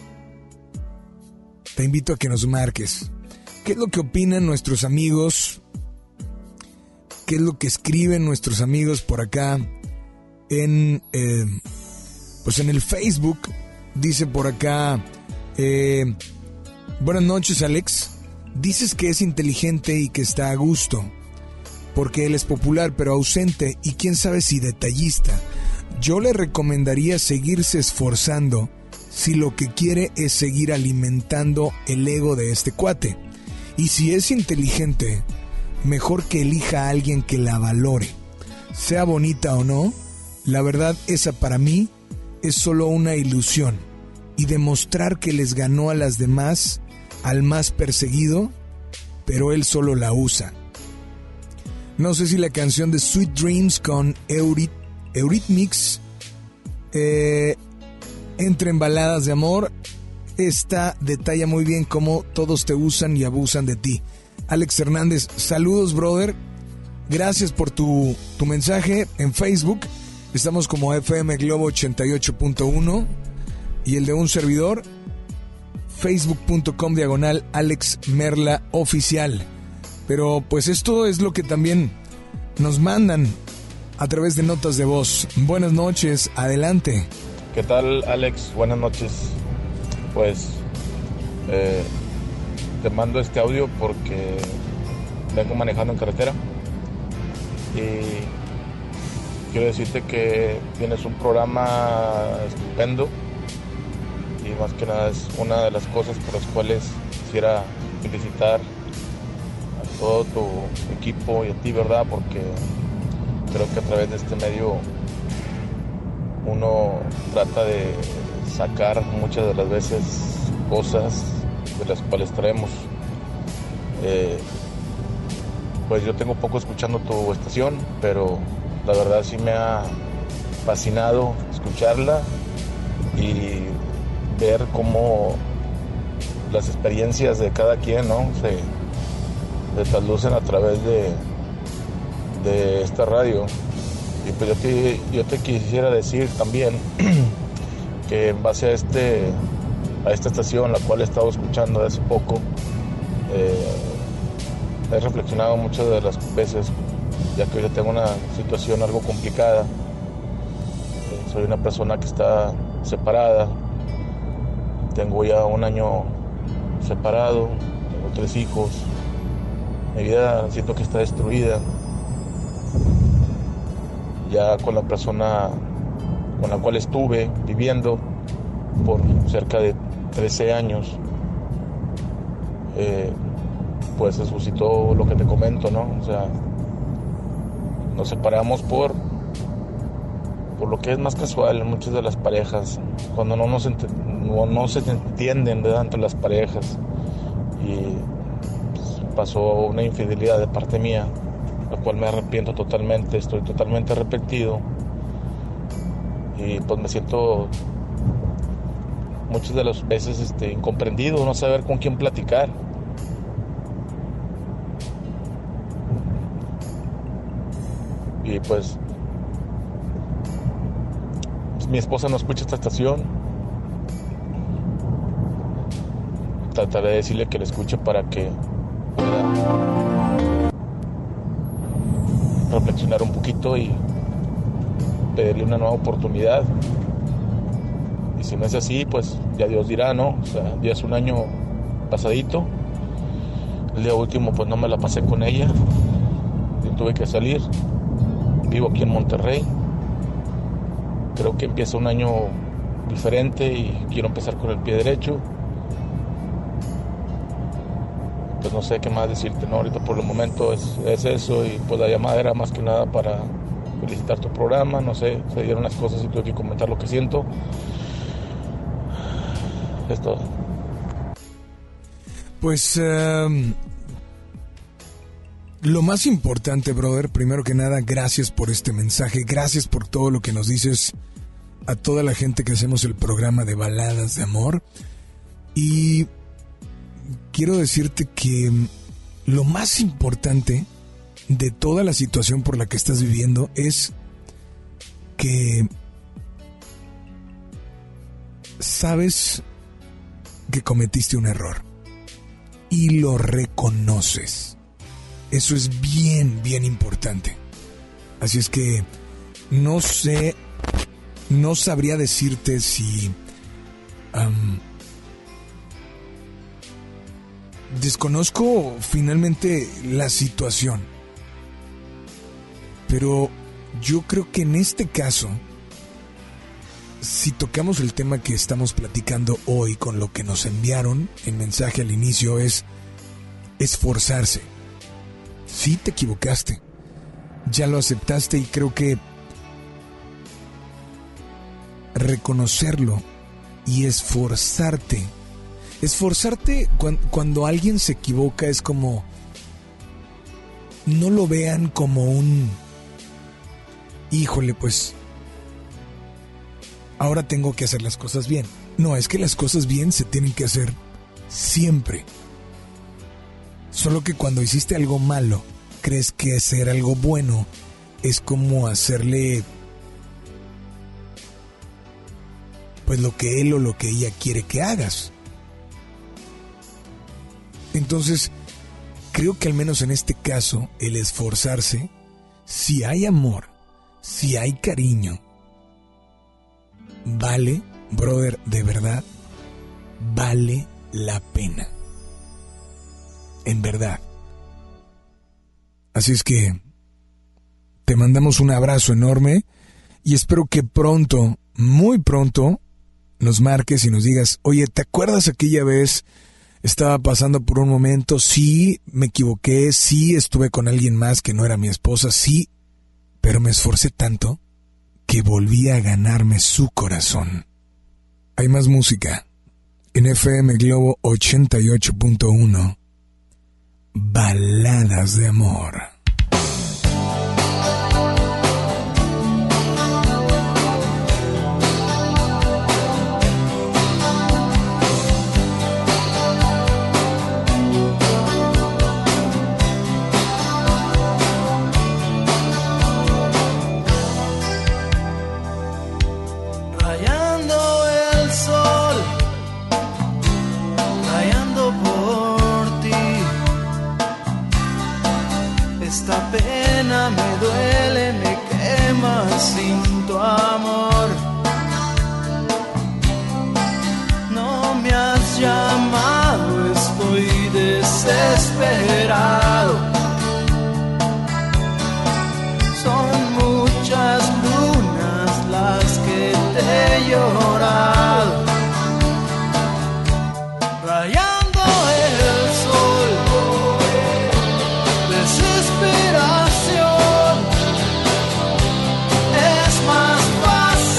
[SPEAKER 5] te invito a que nos marques. ¿Qué es lo que opinan nuestros amigos? ¿Qué es lo que escriben nuestros amigos por acá en, eh, pues en el Facebook? Dice por acá, eh, buenas noches, Alex. Dices que es inteligente y que está a gusto, porque él es popular pero ausente y quién sabe si detallista. Yo le recomendaría seguirse esforzando si lo que quiere es seguir alimentando el ego de este cuate. Y si es inteligente, mejor que elija a alguien que la valore. Sea bonita o no, la verdad esa para mí es solo una ilusión. Y demostrar que les ganó a las demás, al más perseguido, pero él solo la usa. No sé si la canción de Sweet Dreams con Euryth- Eurythmics eh, entre en Baladas de Amor. Esta detalla muy bien cómo todos te usan y abusan de ti. Alex Hernández, saludos, brother. Gracias por tu, tu mensaje en Facebook. Estamos como F M Globo ochenta y ocho punto uno. Y el de un servidor, facebook.com diagonal Alex Merla Oficial. Pero pues esto es lo que también nos mandan a través de notas de voz. Buenas noches, adelante.
[SPEAKER 6] ¿Qué tal, Alex? Buenas noches. Pues eh, te mando este audio porque vengo manejando en carretera y quiero decirte que tienes un programa estupendo. Y más que nada es una de las cosas por las cuales quisiera felicitar a todo tu equipo y a ti, ¿verdad? Porque creo que a través de este medio uno trata de sacar muchas de las veces cosas de las cuales traemos. Eh, pues yo tengo poco escuchando tu estación, pero la verdad sí me ha fascinado escucharla y ver cómo las experiencias de cada quien, ¿no?, se, se traslucen a través de, de esta radio. Y pues yo te, yo te quisiera decir también que en base a este a esta estación, la cual he estado escuchando hace poco, eh, he reflexionado muchas de las veces, ya que yo tengo una situación algo complicada. Eh, soy una persona que está separada. Tengo ya un año separado, tengo tres hijos. Mi vida siento que está destruida. Ya con la persona con la cual estuve viviendo por cerca de trece años, eh, pues se suscitó lo que te comento, ¿no? O sea, nos separamos por por lo que es más casual en muchas de las parejas, cuando no, nos ent- no, no se entienden, ¿verdad?, entre las parejas. Y pues, pasó una infidelidad de parte mía, la cual me arrepiento totalmente, estoy totalmente arrepentido. Y pues me siento muchas de las veces este, incomprendido, no saber con quién platicar. Y pues mi esposa no escucha esta estación. Trataré de decirle que la escuche para que pueda reflexionar un poquito y pedirle una nueva oportunidad. Y si no es así, pues ya Dios dirá, ¿no? O sea, ya es un año pasadito. El día último pues no me la pasé con ella. Yo tuve que salir. Vivo aquí en Monterrey. Creo que empieza un año diferente y quiero empezar con el pie derecho. Pues no sé qué más decirte, ¿no? Ahorita por el momento es, es eso, y pues la llamada era más que nada para felicitar tu programa. No sé, se dieron las cosas y tuve que comentar lo que siento. Es todo.
[SPEAKER 5] Pues um, lo más importante, brother, primero que nada, gracias por este mensaje, gracias por todo lo que nos dices a toda la gente que hacemos el programa de Baladas de Amor. Y quiero decirte que lo más importante de toda la situación por la que estás viviendo es que sabes que cometiste un error y lo reconoces. Eso es bien, bien importante. Así es que no sé, no sabría decirte si um, desconozco finalmente la situación, pero yo creo que en este caso, si tocamos el tema que estamos platicando hoy con lo que nos enviaron en mensaje al inicio, es esforzarse. Sí, te equivocaste, ya lo aceptaste, y creo que reconocerlo y esforzarte, esforzarte cuando, cuando alguien se equivoca es como, no lo vean como un, híjole, pues ahora tengo que hacer las cosas bien. No, es que las cosas bien se tienen que hacer siempre. Solo que cuando hiciste algo malo, crees que hacer algo bueno es como hacerle pues lo que él o lo que ella quiere que hagas. Entonces, creo que al menos en este caso, el esforzarse, si hay amor, si hay cariño, vale, brother, de verdad, vale la pena. En verdad. Así es que te mandamos un abrazo enorme y espero que pronto, muy pronto, nos marques y nos digas, oye, ¿te acuerdas aquella vez estaba pasando por un momento? Sí, me equivoqué, sí, estuve con alguien más que no era mi esposa, sí, pero me esforcé tanto que volví a ganarme su corazón. Hay más música en F M Globo ochenta y ocho punto uno. Baladas de Amor.
[SPEAKER 4] Esta pena me duele, me quema sin tu amor. No me has llamado, estoy desesperado. Son muchas lunas las que te he llorado. Rayando el sol, desesperación, es más fácil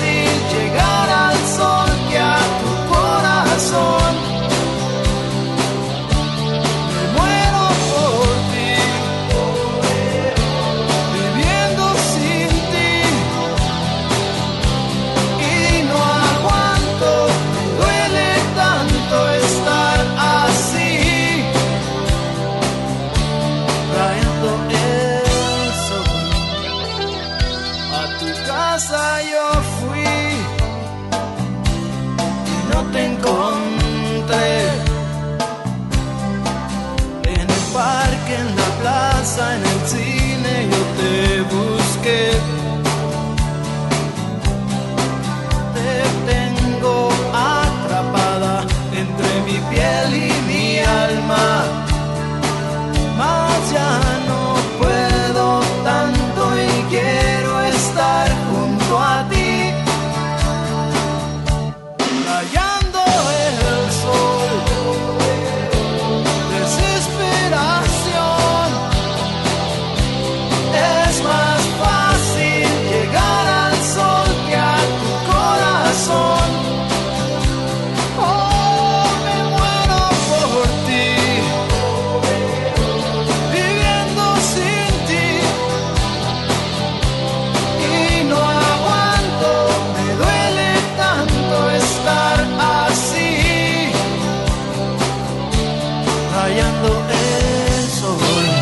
[SPEAKER 4] rayando el sol.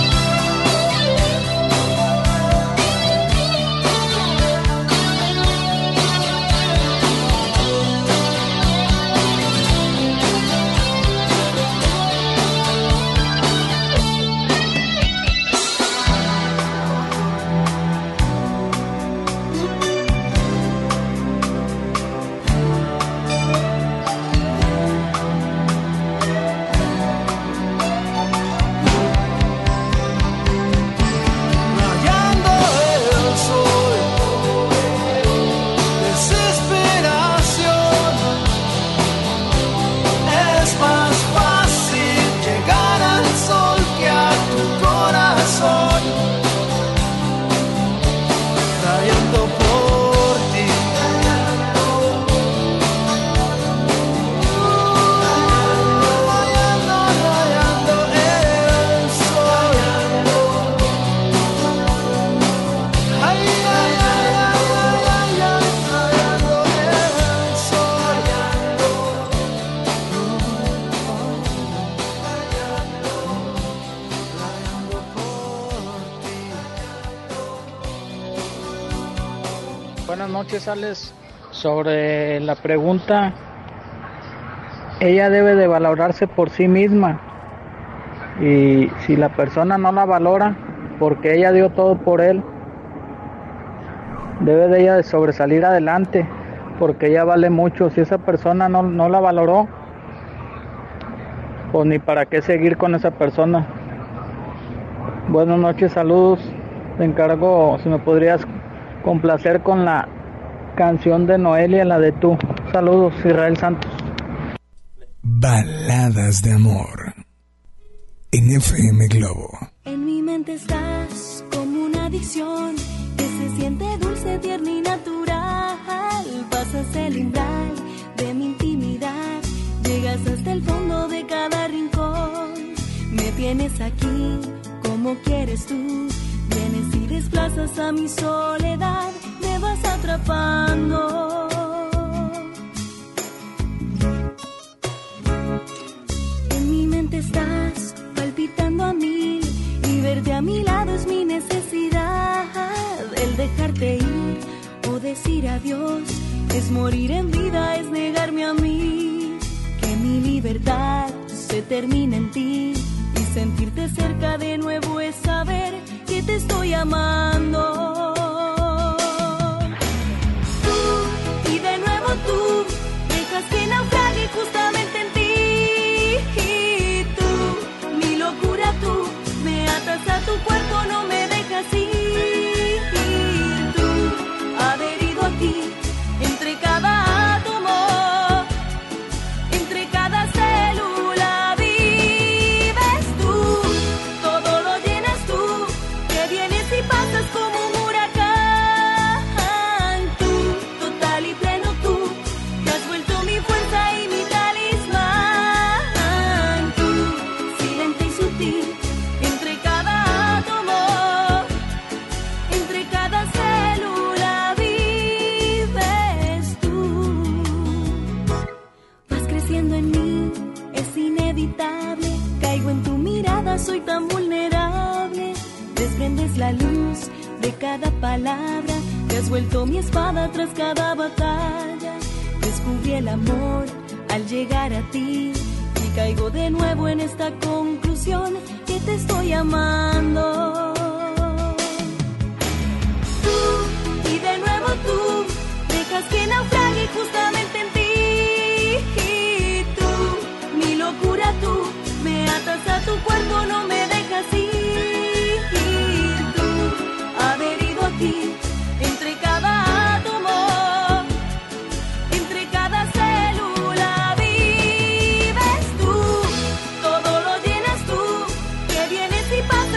[SPEAKER 7] Buenas noches, Alex. Sobre la pregunta, ella debe de valorarse por sí misma, y si la persona no la valora porque ella dio todo por él, debe de ella de sobresalir adelante porque ella vale mucho. Si esa persona no, no la valoró, pues ni para qué seguir con esa persona. Buenas noches, saludos. Te encargo si me podrías complacer con la canción de Noelia, la de Tú. Saludos, Israel Santos.
[SPEAKER 5] Baladas de amor en F M Globo.
[SPEAKER 8] En mi mente estás como una adicción que se siente dulce, tierna y natural. Pasas el umbral de mi intimidad, llegas hasta el fondo de cada rincón. Me tienes aquí como quieres tú. Vienes y desplazas a mi soledad, me vas atrapando. En mi mente estás palpitando a mí, y verte a mi lado es mi necesidad. El dejarte ir o decir adiós es morir en vida, es negarme a mí. Que mi libertad se termina en ti, y sentirte cerca de nuevo es saber que te estoy amando. Tú, y de nuevo tú, dejas que naufrague justamente en ti. Y tú, mi locura tú, me atas a tu cuerpo, no me dejas ir. Tú, adherido aquí, entre cada átomo, entre cada célula vives tú. Todo lo llenas tú, que vienes y pasas como un huracán. Tú, total y pleno tú, te has vuelto mi fuerza y mi talismán. Tú, silente y sutil, entre cada átomo, entre cada célula vives tú. Vas creciendo en mí, es inevitable. Caigo en tu mirada, soy tan vulnerable. Desprendes la luz de cada palabra, te has vuelto mi espada tras cada batalla. Descubrí el amor al llegar a ti, y caigo de nuevo en esta conclusión, que te estoy amando. Tú, y de nuevo tú, dejas que naufrague justamente en ti. Y tú, mi locura tú, me atas a tu cuerpo, no me dejas ir. Tú, adherido aquí, entre cada átomo, entre cada célula vives tú. Todo lo llenas tú, que vienes y pasas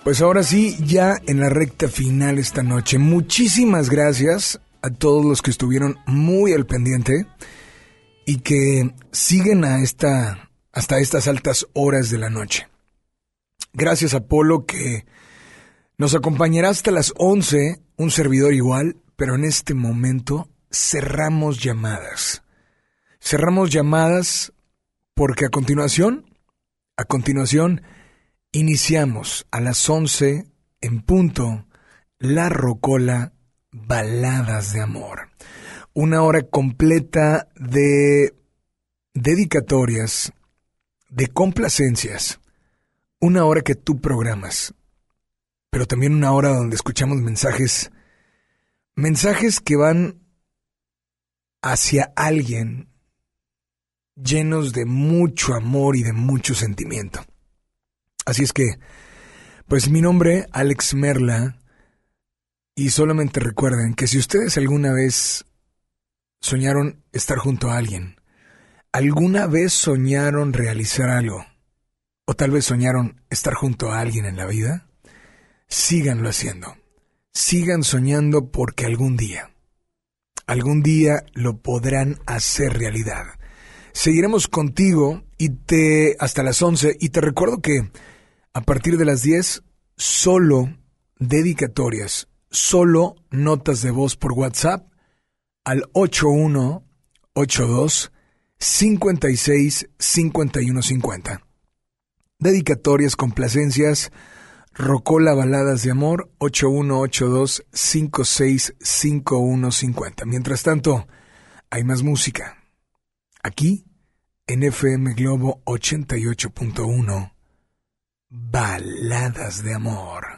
[SPEAKER 5] Pues ahora sí, ya en la recta final esta noche. Muchísimas gracias a todos los que estuvieron muy al pendiente y que siguen a esta, hasta estas altas horas de la noche. Gracias a Polo, que nos acompañará hasta las once, un servidor igual, pero en este momento cerramos llamadas. Cerramos llamadas porque a continuación, a continuación, iniciamos a las once en punto La Rocola Baladas de Amor. Una hora completa de dedicatorias, de complacencias. Una hora que tú programas, pero también una hora donde escuchamos mensajes, mensajes que van hacia alguien llenos de mucho amor y de mucho sentimiento. Así es que, pues mi nombre, Alex Merla, y solamente recuerden que si ustedes alguna vez soñaron estar junto a alguien, alguna vez soñaron realizar algo, o tal vez soñaron estar junto a alguien en la vida, síganlo haciendo. Sigan soñando porque algún día, algún día lo podrán hacer realidad. Seguiremos contigo y te hasta las once, y te recuerdo que a partir de las diez, solo dedicatorias, solo notas de voz por WhatsApp al ocho uno ocho dos, cinco seis, cinco uno cinco cero. Dedicatorias, complacencias, Rocola Baladas de Amor, ocho uno ocho dos, cinco seis, cinco uno cinco cero. Mientras tanto, hay más música. Aquí, en F M Globo ochenta y ocho punto uno, Baladas de Amor.